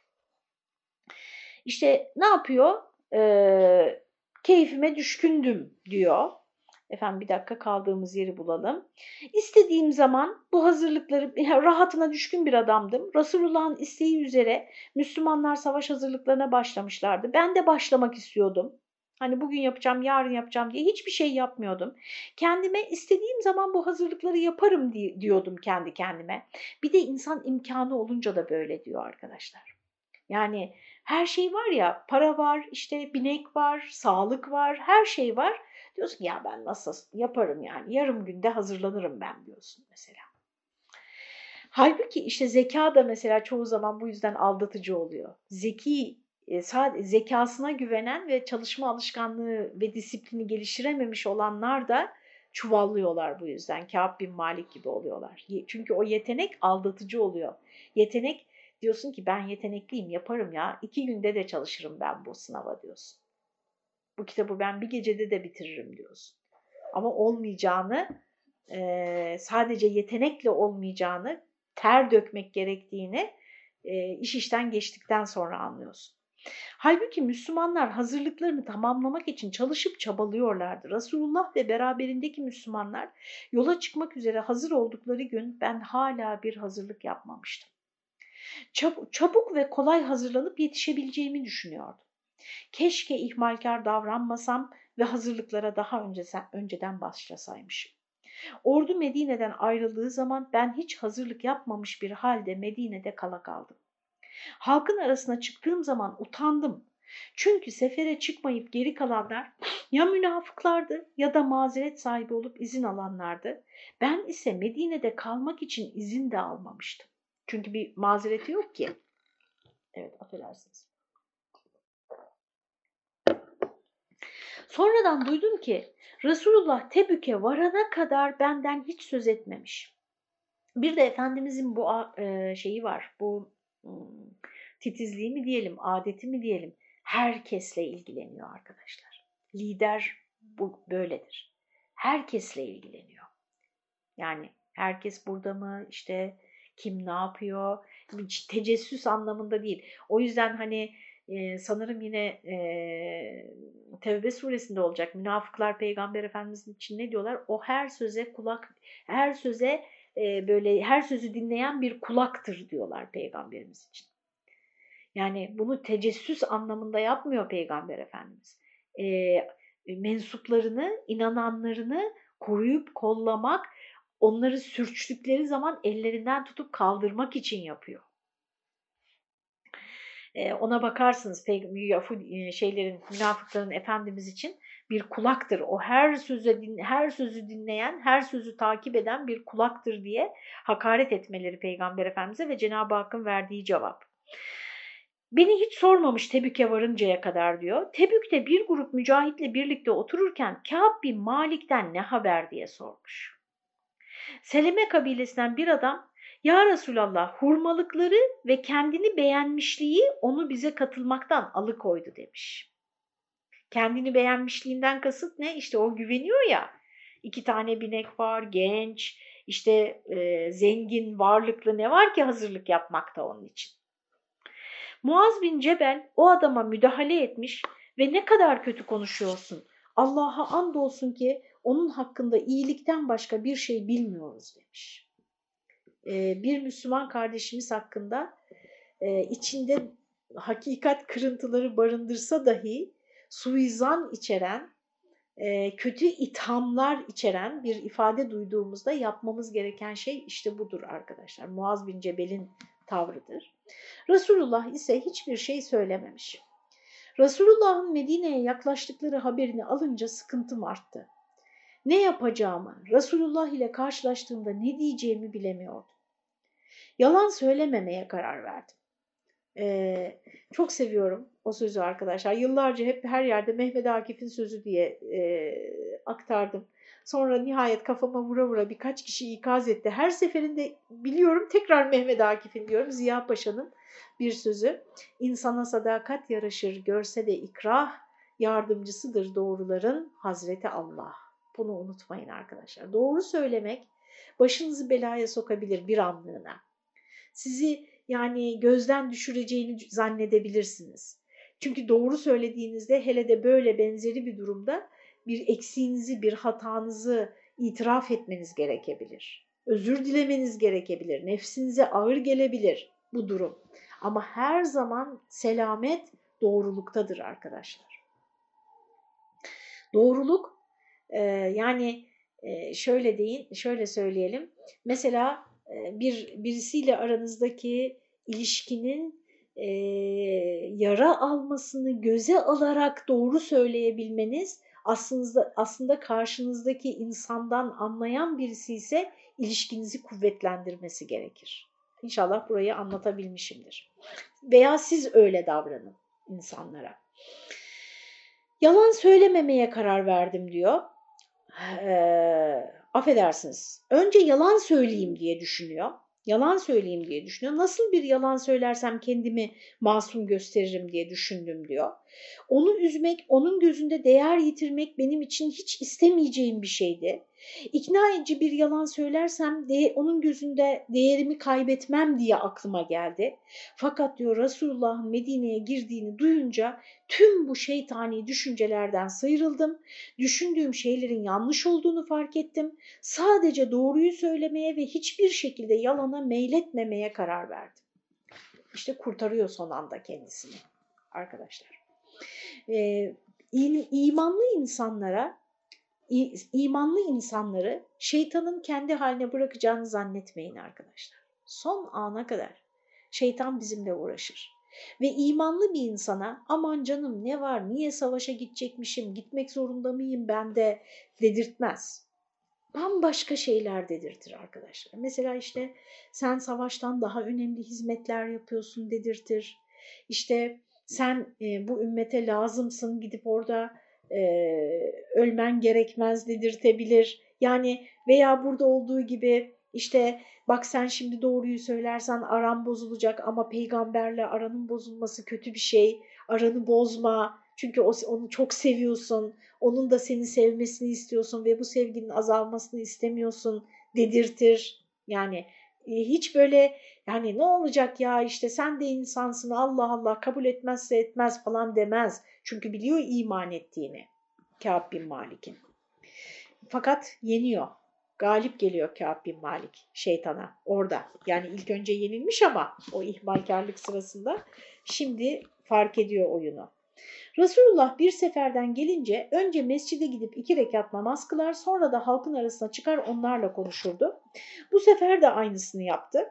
İşte ne yapıyor? Keyfime düşkündüm diyor. Efendim bir dakika, kaldığımız yeri bulalım. İstediğim zaman bu hazırlıkları, rahatına düşkün bir adamdım. Resulullah'ın isteği üzere Müslümanlar savaş hazırlıklarına başlamışlardı. Ben de başlamak istiyordum. Hani bugün yapacağım, yarın yapacağım diye hiçbir şey yapmıyordum. Kendime istediğim zaman bu hazırlıkları yaparım diyordum kendi kendime. Bir de insan imkanı olunca da böyle diyor arkadaşlar. Yani her şey var ya, para var, işte binek var, sağlık var, her şey var. Diyorsun ki ya ben nasıl yaparım yani, yarım günde hazırlanırım ben diyorsun mesela. Halbuki işte zeka da mesela çoğu zaman bu yüzden aldatıcı oluyor. Sadece zekasına güvenen ve çalışma alışkanlığı ve disiplini geliştirememiş olanlar da çuvallıyorlar bu yüzden. Kâb bin Malik gibi oluyorlar. Çünkü o yetenek aldatıcı oluyor. Yetenek, diyorsun ki ben yetenekliyim, yaparım ya. 2 günde de çalışırım ben bu sınava diyorsun. Bu kitabı ben bir gecede de bitiririm diyorsun. Ama olmayacağını, sadece yetenekle olmayacağını, ter dökmek gerektiğini iş işten geçtikten sonra anlıyorsun. Halbuki Müslümanlar hazırlıklarını tamamlamak için çalışıp çabalıyorlardı. Resulullah ve beraberindeki Müslümanlar yola çıkmak üzere hazır oldukları gün ben hala bir hazırlık yapmamıştım. Çabuk ve kolay hazırlanıp yetişebileceğimi düşünüyordum. Keşke ihmalkar davranmasam ve hazırlıklara daha önceden başlasaymışım. Ordu Medine'den ayrıldığı zaman ben hiç hazırlık yapmamış bir halde Medine'de kala kaldım. Halkın arasına çıktığım zaman utandım. Çünkü sefere çıkmayıp geri kalanlar ya münafıklardı ya da mazeret sahibi olup izin alanlardı. Ben ise Medine'de kalmak için izin de almamıştım. Çünkü bir mazereti yok ki. Evet, affedersiniz. Sonradan duydum ki Resulullah Tebük'e varana kadar benden hiç söz etmemiş. Bir de Efendimizin bu şeyi var, bu titizliği mi diyelim, adeti mi diyelim, herkesle ilgileniyor arkadaşlar. Lider bu böyledir. Herkesle ilgileniyor. Yani herkes burada mı, işte kim ne yapıyor, hiç tecessüs anlamında değil. O yüzden hani sanırım yine Tevbe suresinde olacak. Münafıklar Peygamber Efendimizin için ne diyorlar? O her söze her söze böyle her sözü dinleyen bir kulaktır diyorlar Peygamberimiz için. Yani bunu tecessüs anlamında yapmıyor Peygamber Efendimiz. Mensuplarını, inananlarını koruyup kollamak, onları sürçtükleri zaman ellerinden tutup kaldırmak için yapıyor. Ona bakarsınız münafıkların Efendimiz için bir kulaktır. O her sözü dinleyen, her sözü takip eden bir kulaktır diye hakaret etmeleri Peygamber Efendimiz'e ve Cenab-ı Hakk'ın verdiği cevap. Beni hiç sormamış Tebük'e varıncaya kadar diyor. Tebük'te bir grup mücahitle birlikte otururken Kâb bin Malik'ten ne haber diye sormuş. Seleme kabilesinden bir adam, ya Resulallah, hurmalıkları ve kendini beğenmişliği onu bize katılmaktan alıkoydu demiş. Kendini beğenmişliğinden kasıt ne? İşte o güveniyor ya, 2 tane binek var, genç, işte zengin, varlıklı, ne var ki hazırlık yapmakta onun için. Muaz bin Cebel o adama müdahale etmiş ve ne kadar kötü konuşuyorsun. Allah'a andolsun ki onun hakkında iyilikten başka bir şey bilmiyoruz demiş. Bir Müslüman kardeşimiz hakkında içinde hakikat kırıntıları barındırsa dahi suizan içeren, kötü ithamlar içeren bir ifade duyduğumuzda yapmamız gereken şey işte budur arkadaşlar. Muaz bin Cebel'in tavrıdır. Resulullah ise hiçbir şey söylememiş. Resulullah'ın Medine'ye yaklaştıkları haberini alınca sıkıntım arttı. Ne yapacağımı, Resulullah ile karşılaştığımda ne diyeceğimi bilemiyordum. Yalan söylememeye karar verdim. Çok seviyorum o sözü arkadaşlar. Yıllarca hep her yerde Mehmet Akif'in sözü diye aktardım. Sonra nihayet kafama vura vura birkaç kişi ikaz etti. Her seferinde biliyorum, tekrar Mehmet Akif'in diyorum. Ziya Paşa'nın bir sözü. İnsana sadakat yaraşır, görse de ikrah, yardımcısıdır doğruların Hazreti Allah. Bunu unutmayın arkadaşlar. Doğru söylemek başınızı belaya sokabilir bir anlığına. Sizi yani gözden düşüreceğini zannedebilirsiniz. Çünkü doğru söylediğinizde, hele de böyle benzeri bir durumda, bir eksiğinizi, bir hatanızı itiraf etmeniz gerekebilir. Özür dilemeniz gerekebilir. Nefsinize ağır gelebilir bu durum. Ama her zaman selamet doğruluktadır arkadaşlar. Doğruluk yani şöyle söyleyelim. Mesela birisiyle aranızdaki ilişkinin yara almasını göze alarak doğru söyleyebilmeniz, aslında karşınızdaki insandan anlayan birisi ise ilişkinizi kuvvetlendirmesi gerekir. İnşallah burayı anlatabilmişimdir. Veya siz öyle davranın insanlara. Yalan söylememeye karar verdim diyor. Affedersiniz. Önce yalan söyleyeyim diye düşünüyor. Yalan söyleyeyim diye düşünüyor. Nasıl bir yalan söylersem kendimi masum gösteririm diye düşündüm diyor. Onu üzmek, onun gözünde değer yitirmek benim için hiç istemeyeceğim bir şeydi. İkna edici bir yalan söylersem onun gözünde değerimi kaybetmem diye aklıma geldi. Fakat diyor Resulullah'ın Medine'ye girdiğini duyunca tüm bu şeytani düşüncelerden sıyrıldım. Düşündüğüm şeylerin yanlış olduğunu fark ettim. Sadece doğruyu söylemeye ve hiçbir şekilde yalana meyletmemeye karar verdim. İşte kurtarıyor son anda kendisini arkadaşlar. İmanlı insanları şeytanın kendi haline bırakacağını zannetmeyin arkadaşlar. Son ana kadar şeytan bizimle uğraşır. Ve imanlı bir insana aman canım ne var, niye savaşa gidecekmişim, gitmek zorunda mıyım ben de dedirtmez. Bambaşka şeyler dedirtir arkadaşlar. Mesela işte sen savaştan daha önemli hizmetler yapıyorsun dedirtir. İşte sen bu ümmete lazımsın, gidip orada ölmen gerekmez dedirtebilir. Yani veya burada olduğu gibi işte bak sen şimdi doğruyu söylersen aran bozulacak ama peygamberle aranın bozulması kötü bir şey. Aranı bozma çünkü onu çok seviyorsun. Onun da seni sevmesini istiyorsun ve bu sevginin azalmasını istemiyorsun dedirtir. Yani hiç böyle yani ne olacak ya işte sen de insansın Allah Allah kabul etmezse etmez falan demez. Çünkü biliyor iman ettiğini Kâb bin Malik'in. Fakat yeniyor. Galip geliyor Kâb bin Malik şeytana orada. Yani ilk önce yenilmiş ama o ihmalkarlık sırasında şimdi fark ediyor oyunu. Resulullah bir seferden gelince önce mescide gidip 2 rekat namaz kılar, sonra da halkın arasına çıkar onlarla konuşurdu. Bu sefer de aynısını yaptı.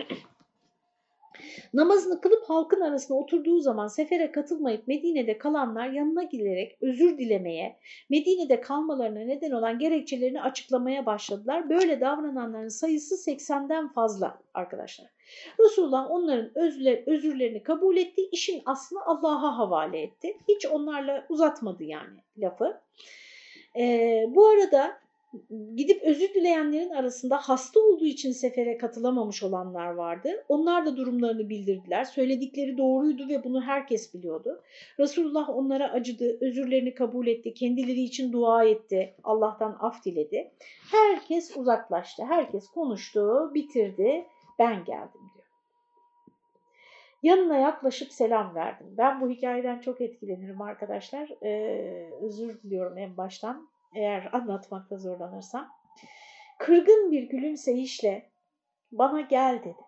Namazını kılıp halkın arasına oturduğu zaman sefere katılmayıp Medine'de kalanlar yanına giderek özür dilemeye, Medine'de kalmalarına neden olan gerekçelerini açıklamaya başladılar. Böyle davrananların sayısı 80'den fazla arkadaşlar. Resulullah onların özürlerini kabul etti, işin aslını Allah'a havale etti. Hiç onlarla uzatmadı yani lafı. Bu arada gidip özür dileyenlerin arasında hasta olduğu için sefere katılamamış olanlar vardı. Onlar da durumlarını bildirdiler. Söyledikleri doğruydu ve bunu herkes biliyordu. Resulullah onlara acıdı, özürlerini kabul etti, kendileri için dua etti, Allah'tan af diledi. Herkes uzaklaştı, herkes konuştu, bitirdi, ben geldim diyor. Yanına yaklaşıp selam verdim. Ben bu hikayeden çok etkilenirim arkadaşlar. Özür diliyorum en baştan eğer anlatmakta zorlanırsam. Kırgın bir gülümseyişle bana gel dedi.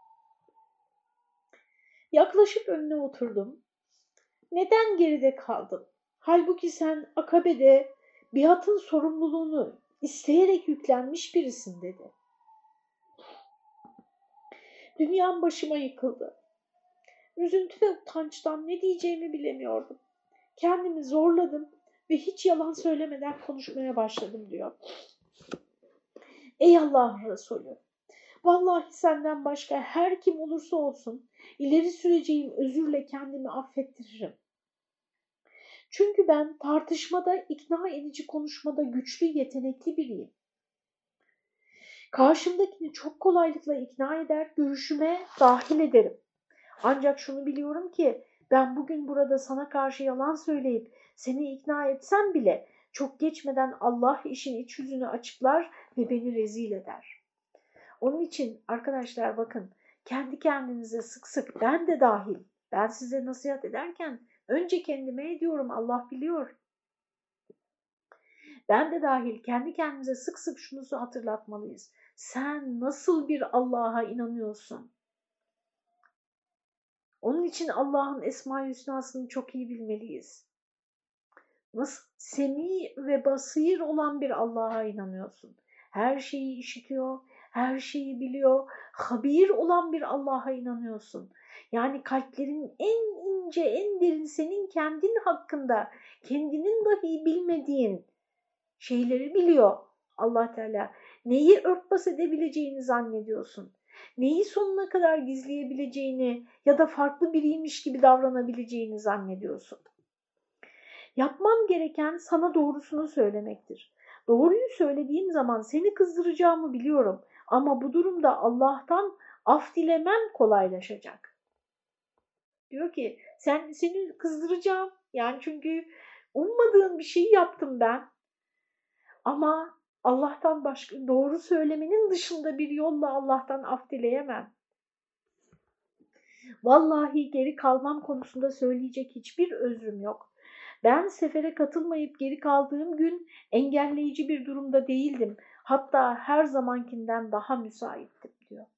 Yaklaşıp önüne oturdum. Neden geride kaldın? Halbuki sen Akabe'de biatın sorumluluğunu isteyerek yüklenmiş birisin dedi. Dünyam başıma yıkıldı. Üzüntü ve utançtan ne diyeceğimi bilemiyordum. Kendimi zorladım ve hiç yalan söylemeden konuşmaya başladım diyor. Ey Allah'ın Resulü, vallahi senden başka her kim olursa olsun ileri süreceğim özürle kendimi affettiririm. Çünkü ben tartışmada, ikna edici konuşmada güçlü, yetenekli biriyim. Karşımdakini çok kolaylıkla ikna eder, görüşüme dahil ederim. Ancak şunu biliyorum ki ben bugün burada sana karşı yalan söyleyip seni ikna etsem bile çok geçmeden Allah işin iç yüzünü açıklar ve beni rezil eder. Onun için arkadaşlar bakın kendi kendinize sık sık ben de dahil ben size nasihat ederken önce kendime ediyorum Allah biliyor. Ben de dahil kendi kendimize sık sık şunu hatırlatmalıyız. Sen nasıl bir Allah'a inanıyorsun? Onun için Allah'ın Esma-i Hüsna'sını çok iyi bilmeliyiz. Nasıl semi ve basir olan bir Allah'a inanıyorsun? Her şeyi işitiyor, her şeyi biliyor, habir olan bir Allah'a inanıyorsun. Yani kalplerin en ince, en derin senin kendin hakkında, kendinin dahi bilmediğin şeyleri biliyor Allah Teala. Neyi örtbas edebileceğini zannediyorsun? Neyi sonuna kadar gizleyebileceğini ya da farklı biriymiş gibi davranabileceğini zannediyorsun? Yapmam gereken sana doğrusunu söylemektir. Doğruyu söylediğim zaman seni kızdıracağımı biliyorum ama bu durumda Allah'tan af dilemem kolaylaşacak. Diyor ki seni kızdıracağım Yani çünkü ummadığın bir şeyi yaptım ben. Ama Allah'tan başka doğru söylemenin dışında bir yolla Allah'tan af dileyemem. Vallahi geri kalmam konusunda söyleyecek hiçbir özrüm yok. Ben sefere katılmayıp geri kaldığım gün engelleyici bir durumda değildim. Hatta her zamankinden daha müsaittim diyor.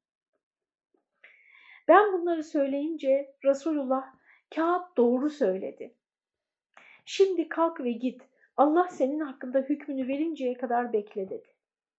Ben bunları söyleyince Resulullah, Kâb doğru söyledi. Şimdi kalk ve git. Allah senin hakkında hükmünü verinceye kadar bekle dedi.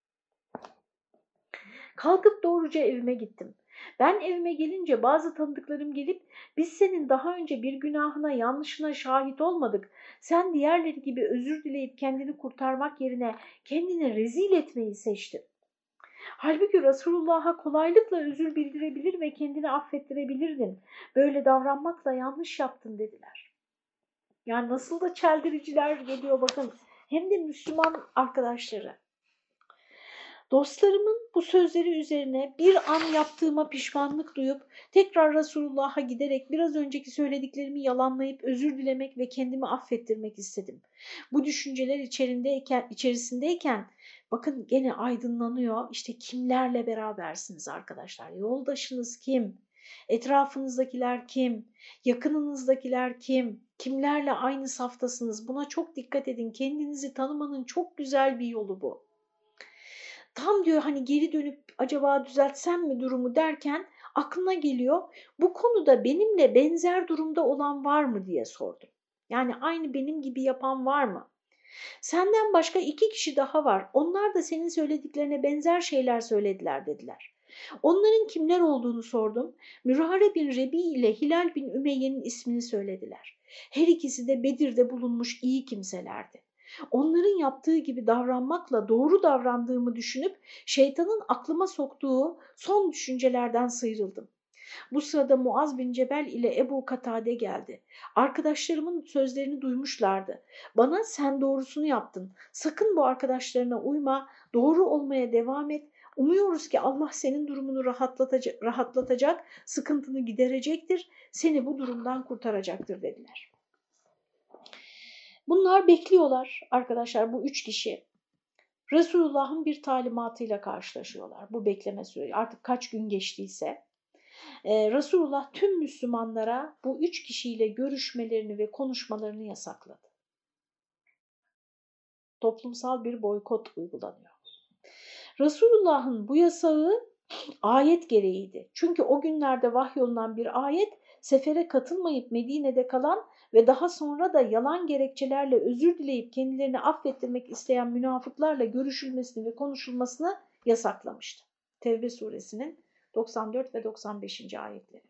Kalkıp doğruca evime gittim. Ben evime gelince bazı tanıdıklarım gelip biz senin daha önce bir günahına, yanlışına şahit olmadık. Sen diğerleri gibi özür dileyip kendini kurtarmak yerine kendini rezil etmeyi seçtin. Halbuki Resulullah'a kolaylıkla özür bildirebilir ve kendini affettirebilirdin. Böyle davranmakla yanlış yaptın dediler. Yani nasıl da çeldiriciler geliyor bakın. Hem de Müslüman arkadaşları. Dostlarımın bu sözleri üzerine bir an yaptığıma pişmanlık duyup tekrar Resulullah'a giderek biraz önceki söylediklerimi yalanlayıp özür dilemek ve kendimi affettirmek istedim. Bu düşünceler içerisindeyken bakın gene aydınlanıyor. İşte kimlerle berabersiniz arkadaşlar? Yoldaşınız kim? Etrafınızdakiler kim? Yakınınızdakiler kim? Kimlerle aynı saftasınız? Buna çok dikkat edin. Kendinizi tanımanın çok güzel bir yolu bu. Tam diyor hani geri dönüp acaba düzeltsem mi durumu derken aklına geliyor. Bu konuda benimle benzer durumda olan var mı diye sordum. Yani aynı benim gibi yapan var mı? Senden başka 2 kişi daha var. Onlar da senin söylediklerine benzer şeyler söylediler dediler. Onların kimler olduğunu sordum. Mürare bin Rebi ile Hilal bin Ümeyye'nin ismini söylediler. Her ikisi de Bedir'de bulunmuş iyi kimselerdi. Onların yaptığı gibi davranmakla doğru davrandığımı düşünüp şeytanın aklıma soktuğu son düşüncelerden sıyrıldım. Bu sırada Muaz bin Cebel ile Ebu Katade geldi. Arkadaşlarımın sözlerini duymuşlardı. Bana sen doğrusunu yaptın. Sakın bu arkadaşlarına uyma, doğru olmaya devam et. Umuyoruz ki Allah senin durumunu rahatlatacak, sıkıntını giderecektir, seni bu durumdan kurtaracaktır dediler. Bunlar bekliyorlar arkadaşlar, bu 3 kişi. Resulullah'ın bir talimatıyla karşılaşıyorlar bu bekleme süreci. Artık kaç gün geçtiyse. Resulullah tüm Müslümanlara bu 3 kişiyle görüşmelerini ve konuşmalarını yasakladı. Toplumsal bir boykot uygulanıyor. Resulullah'ın bu yasağı ayet gereğiydi. Çünkü o günlerde vahyolunan bir ayet sefere katılmayıp Medine'de kalan ve daha sonra da yalan gerekçelerle özür dileyip kendilerini affettirmek isteyen münafıklarla görüşülmesini ve konuşulmasını yasaklamıştı. Tevbe suresinin 94 ve 95. ayetleri.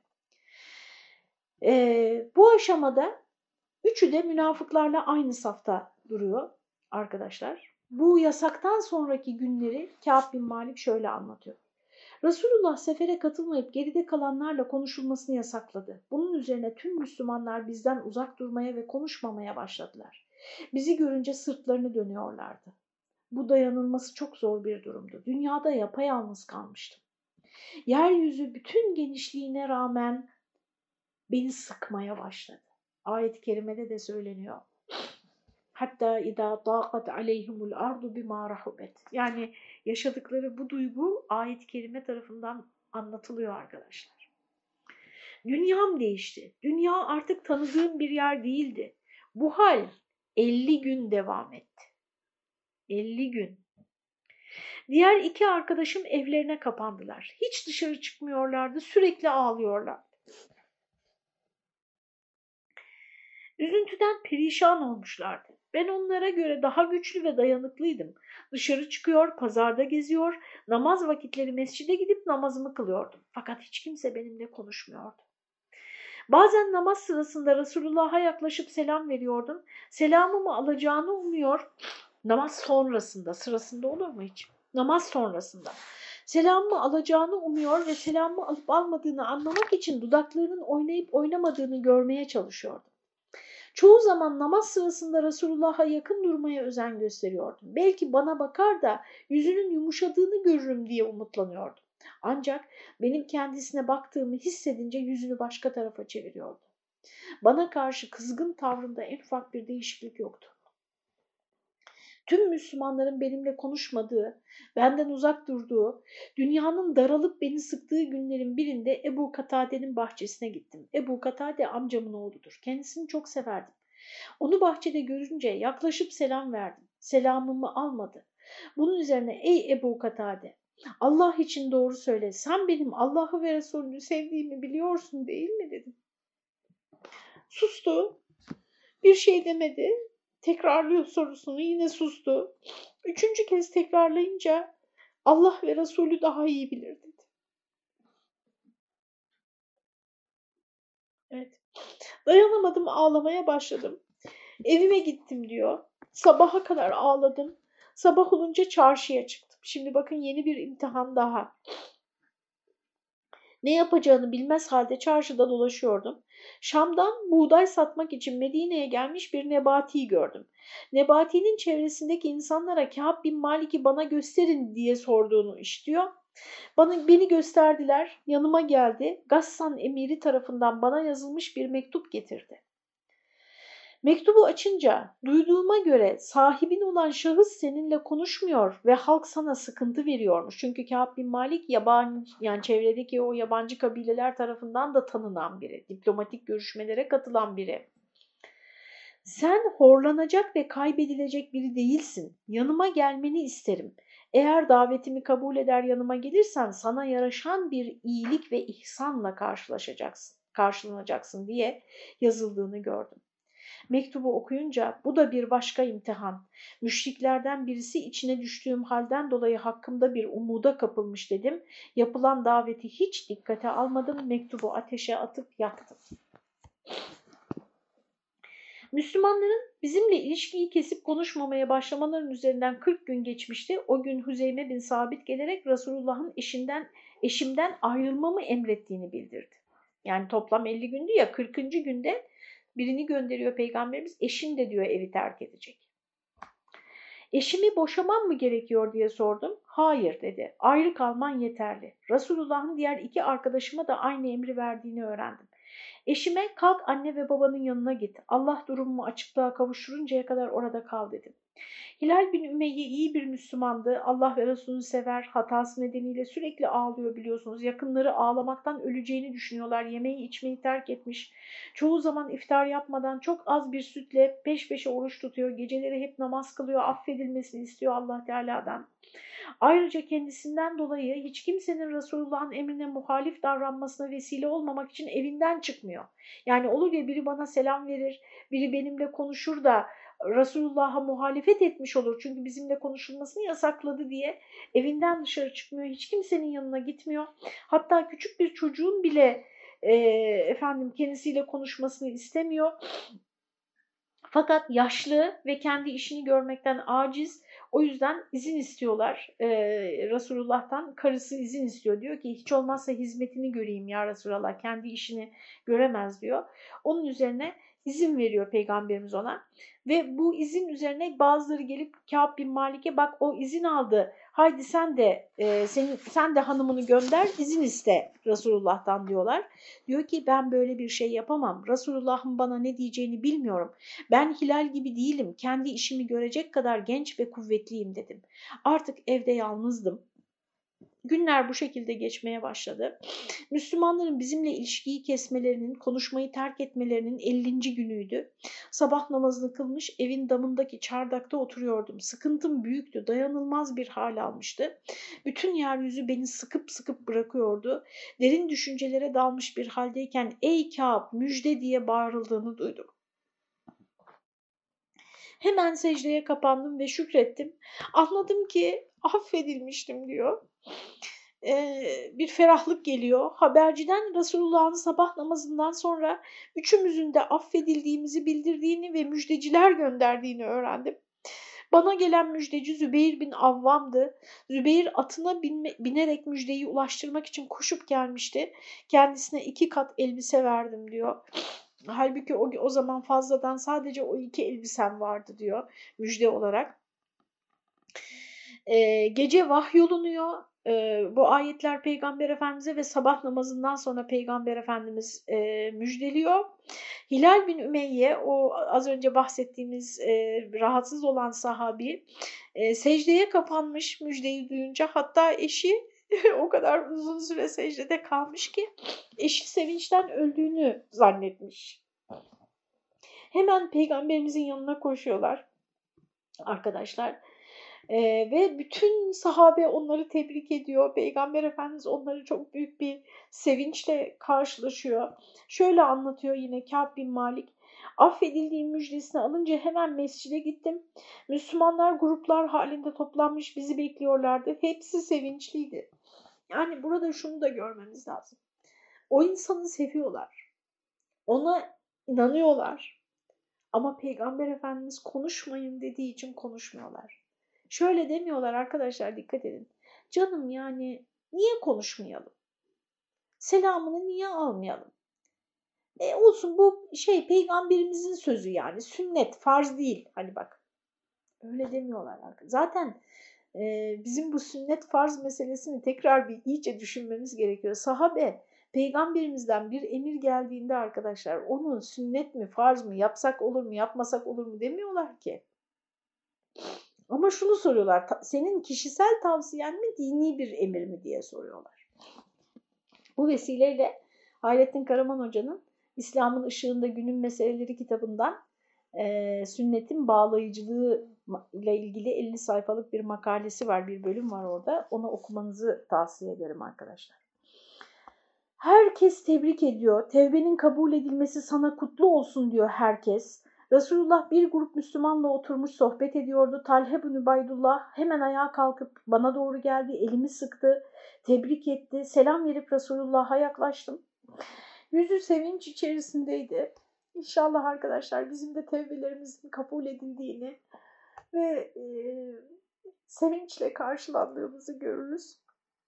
Bu aşamada üçü de münafıklarla aynı safta duruyor arkadaşlar. Bu yasaktan sonraki günleri Kâb bin Malik şöyle anlatıyor. Resulullah sefere katılmayıp geride kalanlarla konuşulmasını yasakladı. Bunun üzerine tüm Müslümanlar bizden uzak durmaya ve konuşmamaya başladılar. Bizi görünce sırtlarını dönüyorlardı. Bu dayanılması çok zor bir durumdu. Dünyada yapayalnız kalmıştım. Yeryüzü bütün genişliğine rağmen beni sıkmaya başladı. Ayet-i kerimede de söyleniyor. Hatta idâ dâqat aleyhimul ardu bimâ rahubet. Yani yaşadıkları bu duygu ayet-i kerime tarafından anlatılıyor arkadaşlar. Dünyam değişti. Dünya artık tanıdığım bir yer değildi. Bu hal 50 gün devam etti. 50 gün. Diğer 2 arkadaşım evlerine kapandılar. Hiç dışarı çıkmıyorlardı, sürekli ağlıyorlardı. Üzüntüden perişan olmuşlardı. Ben onlara göre daha güçlü ve dayanıklıydım. Dışarı çıkıyor, pazarda geziyor, namaz vakitleri mescide gidip namazımı kılıyordum. Fakat hiç kimse benimle konuşmuyordu. Bazen namaz sırasında Resulullah'a yaklaşıp selam veriyordum. Selamımı alacağını umuyor. Namaz sonrasında, sırasında olur mu hiç? Namaz sonrasında. Selamımı alacağını umuyor ve selamımı alıp almadığını anlamak için dudaklarının oynayıp oynamadığını görmeye çalışıyordum. Çoğu zaman namaz sırasında Resulullah'a yakın durmaya özen gösteriyordum. Belki bana bakar da yüzünün yumuşadığını görürüm diye umutlanıyordum. Ancak benim kendisine baktığımı hissedince yüzünü başka tarafa çeviriyordu. Bana karşı kızgın tavrında en ufak bir değişiklik yoktu. Tüm Müslümanların benimle konuşmadığı, benden uzak durduğu, dünyanın daralıp beni sıktığı günlerin birinde Ebu Katade'nin bahçesine gittim. Ebu Katade amcamın oğludur. Kendisini çok severdim. Onu bahçede görünce yaklaşıp selam verdim. Selamımı almadı. Bunun üzerine ey Ebu Katade, Allah için doğru söyle, sen benim Allah'ı ve Resulünü sevdiğimi biliyorsun değil mi dedim. Sustu, bir şey demedi. Tekrarlıyor sorusunu, yine sustu. Üçüncü kez tekrarlayınca Allah ve Resulü daha iyi bilir dedi. Evet. Dayanamadım, ağlamaya başladım. Evime gittim diyor. Sabaha kadar ağladım. Sabah olunca çarşıya çıktım. Şimdi bakın yeni bir imtihan daha. Ne yapacağını bilmez halde çarşıda dolaşıyordum. Şam'dan buğday satmak için Medine'ye gelmiş bir Nebati'yi gördüm. Nebati'nin çevresindeki insanlara Kâb bin Malik'i bana gösterin diye sorduğunu işitiyor. Beni gösterdiler, yanıma geldi. Gassan emiri tarafından bana yazılmış bir mektup getirdi. Mektubu açınca duyduğuma göre sahibin olan şahıs seninle konuşmuyor ve halk sana sıkıntı veriyormuş. Çünkü Kâb bin Malik yabancı, yani çevredeki o yabancı kabileler tarafından da tanınan biri. Diplomatik görüşmelere katılan biri. Sen horlanacak ve kaybedilecek biri değilsin. Yanıma gelmeni isterim. Eğer davetimi kabul eder yanıma gelirsen sana yaraşan bir iyilik ve ihsanla karşılanacaksın diye yazıldığını gördüm. Mektubu okuyunca bu da bir başka imtihan. Müşriklerden birisi içine düştüğüm halden dolayı hakkımda bir umuda kapılmış dedim. Yapılan daveti hiç dikkate almadım. Mektubu ateşe atıp yaktım. Müslümanların bizimle ilişkiyi kesip konuşmamaya başlamaların üzerinden 40 gün geçmişti. O gün Hüzeyme bin Sabit gelerek Resulullah'ın eşimden ayrılmamı emrettiğini bildirdi. Yani toplam 50 gündü ya, 40. günde birini gönderiyor Peygamberimiz, eşin de diyor evi terk edecek. Eşimi boşamam mı gerekiyor diye sordum. Hayır dedi, ayrı kalman yeterli. Resulullah'ın diğer 2 arkadaşıma da aynı emri verdiğini öğrendim. Eşime kalk anne ve babanın yanına git. Allah durumumu açıklığa kavuşturuncaya kadar orada kal dedim. Hilal bin Ümeyye iyi bir Müslümandı. Allah ve Resulünü sever. Hatası nedeniyle sürekli ağlıyor biliyorsunuz. Yakınları ağlamaktan öleceğini düşünüyorlar. Yemeği içmeyi terk etmiş. Çoğu zaman iftar yapmadan çok az bir sütle peş peşe oruç tutuyor. Geceleri hep namaz kılıyor. Affedilmesini istiyor Allah Teala'dan. Ayrıca kendisinden dolayı hiç kimsenin Resulullah'ın emrine muhalif davranmasına vesile olmamak için evinden çıkmıyor. Yani olur ya, biri bana selam verir, biri benimle konuşur da Resulullah'a muhalefet etmiş olur. Çünkü bizimle konuşulmasını yasakladı diye evinden dışarı çıkmıyor. Hiç kimsenin yanına gitmiyor. Hatta küçük bir çocuğun bile kendisiyle konuşmasını istemiyor. Fakat yaşlı ve kendi işini görmekten aciz. O yüzden izin istiyorlar Resulullah'tan. Karısı izin istiyor. Diyor ki hiç olmazsa hizmetini göreyim ya Resulullah. Kendi işini göremez diyor. Onun üzerine izin veriyor Peygamberimiz ona. Ve bu izin üzerine bazıları gelip Kâb bin Malik'e bak o izin aldı. Haydi sen de hanımını gönder, izin iste Resulullah'tan diyorlar. Diyor ki ben böyle bir şey yapamam. Resulullah'ın bana ne diyeceğini bilmiyorum. Ben Hilal gibi değilim, kendi işimi görecek kadar genç ve kuvvetliyim dedim. Artık evde yalnızdım. Günler bu şekilde geçmeye başladı. Müslümanların bizimle ilişkiyi kesmelerinin, konuşmayı terk etmelerinin 50. günüydü. Sabah namazını kılmış, evin damındaki çardakta oturuyordum. Sıkıntım büyüktü, dayanılmaz bir hal almıştı. Bütün yeryüzü beni sıkıp sıkıp bırakıyordu. Derin düşüncelere dalmış bir haldeyken ey Kâb müjde diye bağırıldığını duydum. Hemen secdeye kapandım ve şükrettim. Anladım ki affedilmiştim diyor. Bir ferahlık geliyor. Haberciden Resulullah'ın sabah namazından sonra üçümüzün de affedildiğimizi bildirdiğini ve müjdeciler gönderdiğini öğrendim. Bana gelen müjdeci Zübeyir bin Avvam'dı. Zübeyir atına binerek müjdeyi ulaştırmak için koşup gelmişti. Kendisine 2 kat elbise verdim diyor. Halbuki o zaman fazladan sadece o 2 elbisem vardı diyor müjde olarak. Gece vahyolunuyor. Bu ayetler Peygamber Efendimiz'e ve sabah namazından sonra Peygamber Efendimiz müjdeliyor. Hilal bin Ümeyye, o az önce bahsettiğimiz rahatsız olan sahabi, secdeye kapanmış müjdeyi duyunca, hatta eşi o kadar uzun süre secdede kalmış ki eşi sevinçten öldüğünü zannetmiş. Hemen Peygamberimizin yanına koşuyorlar arkadaşlar. Ve bütün sahabe onları tebrik ediyor. Peygamber Efendimiz onları çok büyük bir sevinçle karşılaşıyor. Şöyle anlatıyor yine Kâb bin Malik. Affedildiğim müjdesini alınca hemen mescide gittim. Müslümanlar gruplar halinde toplanmış bizi bekliyorlardı. Hepsi sevinçliydi. Yani burada şunu da görmemiz lazım. O insanı seviyorlar. Ona inanıyorlar. Ama Peygamber Efendimiz konuşmayın dediği için konuşmuyorlar. Şöyle demiyorlar arkadaşlar, dikkat edin. Canım yani niye konuşmayalım? Selamını niye almayalım? Olsun, bu peygamberimizin sözü, yani sünnet, farz değil. Hani bak, öyle demiyorlar. Zaten bizim bu sünnet farz meselesini tekrar bir iyice düşünmemiz gerekiyor. Sahabe peygamberimizden bir emir geldiğinde arkadaşlar onu sünnet mi farz mı, yapsak olur mu yapmasak olur mu demiyorlar ki. Ama şunu soruyorlar, senin kişisel tavsiyen mi, dini bir emir mi diye soruyorlar. Bu vesileyle Hayrettin Karaman Hoca'nın İslam'ın Işığında Günün Meseleleri kitabından sünnetin bağlayıcılığı ile ilgili 50 sayfalık bir makalesi var, bir bölüm var orada. Onu okumanızı tavsiye ederim arkadaşlar. Herkes tebrik ediyor. Tevbenin kabul edilmesi sana kutlu olsun diyor herkes. Resulullah bir grup Müslümanla oturmuş sohbet ediyordu. Talhe bin Ubaydullah hemen ayağa kalkıp bana doğru geldi, elimi sıktı, tebrik etti. Selam verip Resulullah'a yaklaştım. Yüzü sevinç içerisindeydi. İnşallah arkadaşlar bizim de tevbelerimizin kabul edildiğini ve sevinçle karşılandığımızı görürüz.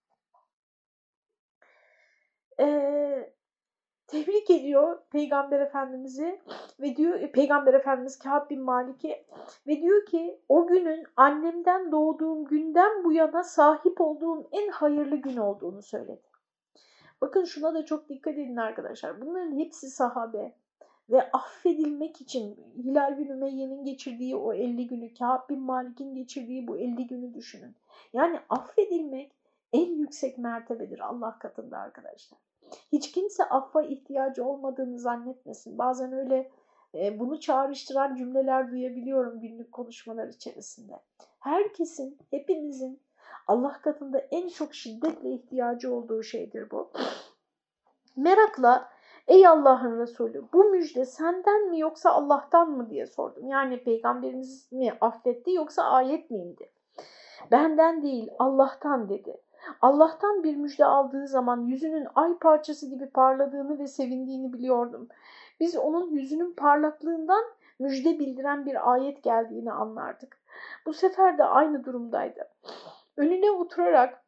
Tebrik ediyor Peygamber Efendimiz'i ve diyor, Peygamber Efendimiz Kâb bin Malik'e, ve diyor ki o günün annemden doğduğum günden bu yana sahip olduğum en hayırlı gün olduğunu söyledi. Bakın şuna da çok dikkat edin arkadaşlar. Bunların hepsi sahabe ve affedilmek için Hilal bin Ümeyye'nin geçirdiği o 50 günü, Kâb bin Malik'in geçirdiği bu 50 günü düşünün. Yani affedilmek en yüksek mertebedir Allah katında arkadaşlar. Hiç kimse affa ihtiyacı olmadığını zannetmesin. Bazen öyle bunu çağrıştıran cümleler duyabiliyorum günlük konuşmalar içerisinde. Herkesin, hepimizin Allah katında en çok şiddetle ihtiyacı olduğu şeydir bu. Merakla, ey Allah'ın Resulü, bu müjde senden mi yoksa Allah'tan mı diye sordum. Yani Peygamberimiz mi affetti yoksa ayet mi indi? Benden değil, Allah'tan dedi. Allah'tan bir müjde aldığı zaman yüzünün ay parçası gibi parladığını ve sevindiğini biliyordum. Biz onun yüzünün parlaklığından müjde bildiren bir ayet geldiğini anlardık. Bu sefer de aynı durumdaydı. Önüne oturarak,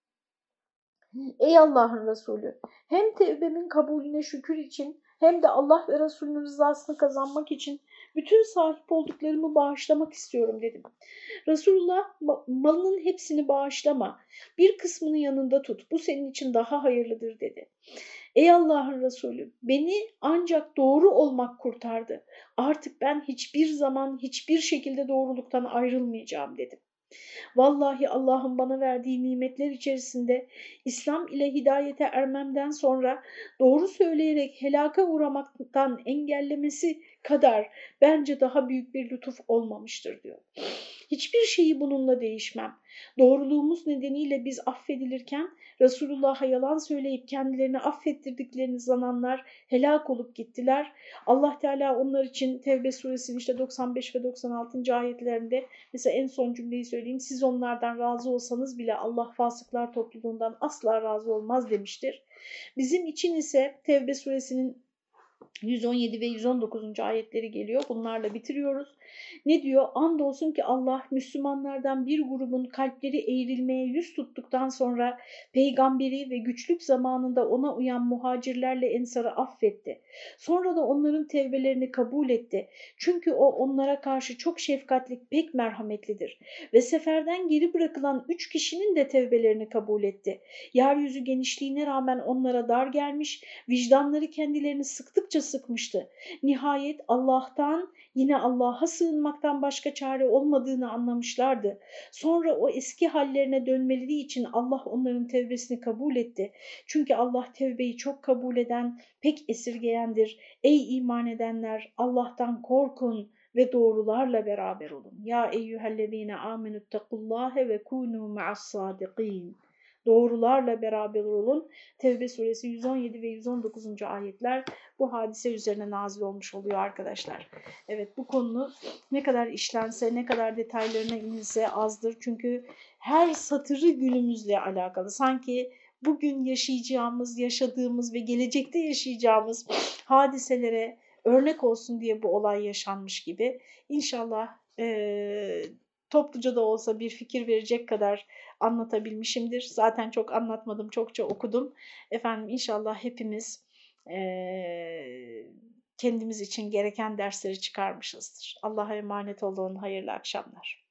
ey Allah'ın Resulü, hem tevbemin kabulüne şükür için hem de Allah ve Resulünün rızasını kazanmak için bütün sahip olduklarımı bağışlamak istiyorum dedim. Resulullah, malının hepsini bağışlama, bir kısmını yanında tut, bu senin için daha hayırlıdır dedi. Ey Allah'ın Resulü, beni ancak doğru olmak kurtardı. Artık ben hiçbir zaman hiçbir şekilde doğruluktan ayrılmayacağım dedim. Vallahi Allah'ın bana verdiği nimetler içerisinde İslam ile hidayete ermemden sonra doğru söyleyerek helaka uğramaktan engellemesi kadar bence daha büyük bir lütuf olmamıştır diyor. Hiçbir şeyi bununla değişmem. Doğruluğumuz nedeniyle biz affedilirken Resulullah'a yalan söyleyip kendilerini affettirdiklerini zananlar helak olup gittiler. Allah Teala onlar için Tevbe suresinin işte 95 ve 96. ayetlerinde mesela en son cümleyi söyleyeyim. Siz onlardan razı olsanız bile Allah fasıklar topluluğundan asla razı olmaz demiştir. Bizim için ise Tevbe suresinin 117 ve 119. ayetleri geliyor. Bunlarla bitiriyoruz. Ne diyor? Andolsun ki Allah Müslümanlardan bir grubun kalpleri eğrilmeye yüz tuttuktan sonra peygamberi ve güçlük zamanında ona uyan muhacirlerle ensarı affetti. Sonra da onların tevbelerini kabul etti. Çünkü o onlara karşı çok şefkatli, pek merhametlidir. Ve seferden geri bırakılan 3 kişinin de tevbelerini kabul etti. Yeryüzü genişliğine rağmen onlara dar gelmiş, vicdanları kendilerini sıktıkça sıkmıştı. Nihayet Allah'tan, yine Allah'a sığınmaktan başka çare olmadığını anlamışlardı. Sonra o eski hallerine dönmeleri için Allah onların tevbesini kabul etti. Çünkü Allah tevbeyi çok kabul eden, pek esirgeyendir. Ey iman edenler, Allah'tan korkun ve doğrularla beraber olun. Ya eyyühellezine amenüttekullâhe ve kûnû ma'as-sâdiqîn. Doğrularla beraber olun. Tevbe suresi 117 ve 119. ayetler bu hadise üzerine nazil olmuş oluyor arkadaşlar. Evet, bu konu ne kadar işlense, ne kadar detaylarına inilse azdır. Çünkü her satırı günümüzle alakalı. Sanki bugün yaşayacağımız, yaşadığımız ve gelecekte yaşayacağımız hadiselere örnek olsun diye bu olay yaşanmış gibi. İnşallah topluca da olsa bir fikir verecek kadar anlatabilmişimdir. Zaten çok anlatmadım, çokça okudum. Efendim inşallah hepimiz kendimiz için gereken dersleri çıkarmışızdır. Allah'a emanet olun, hayırlı akşamlar.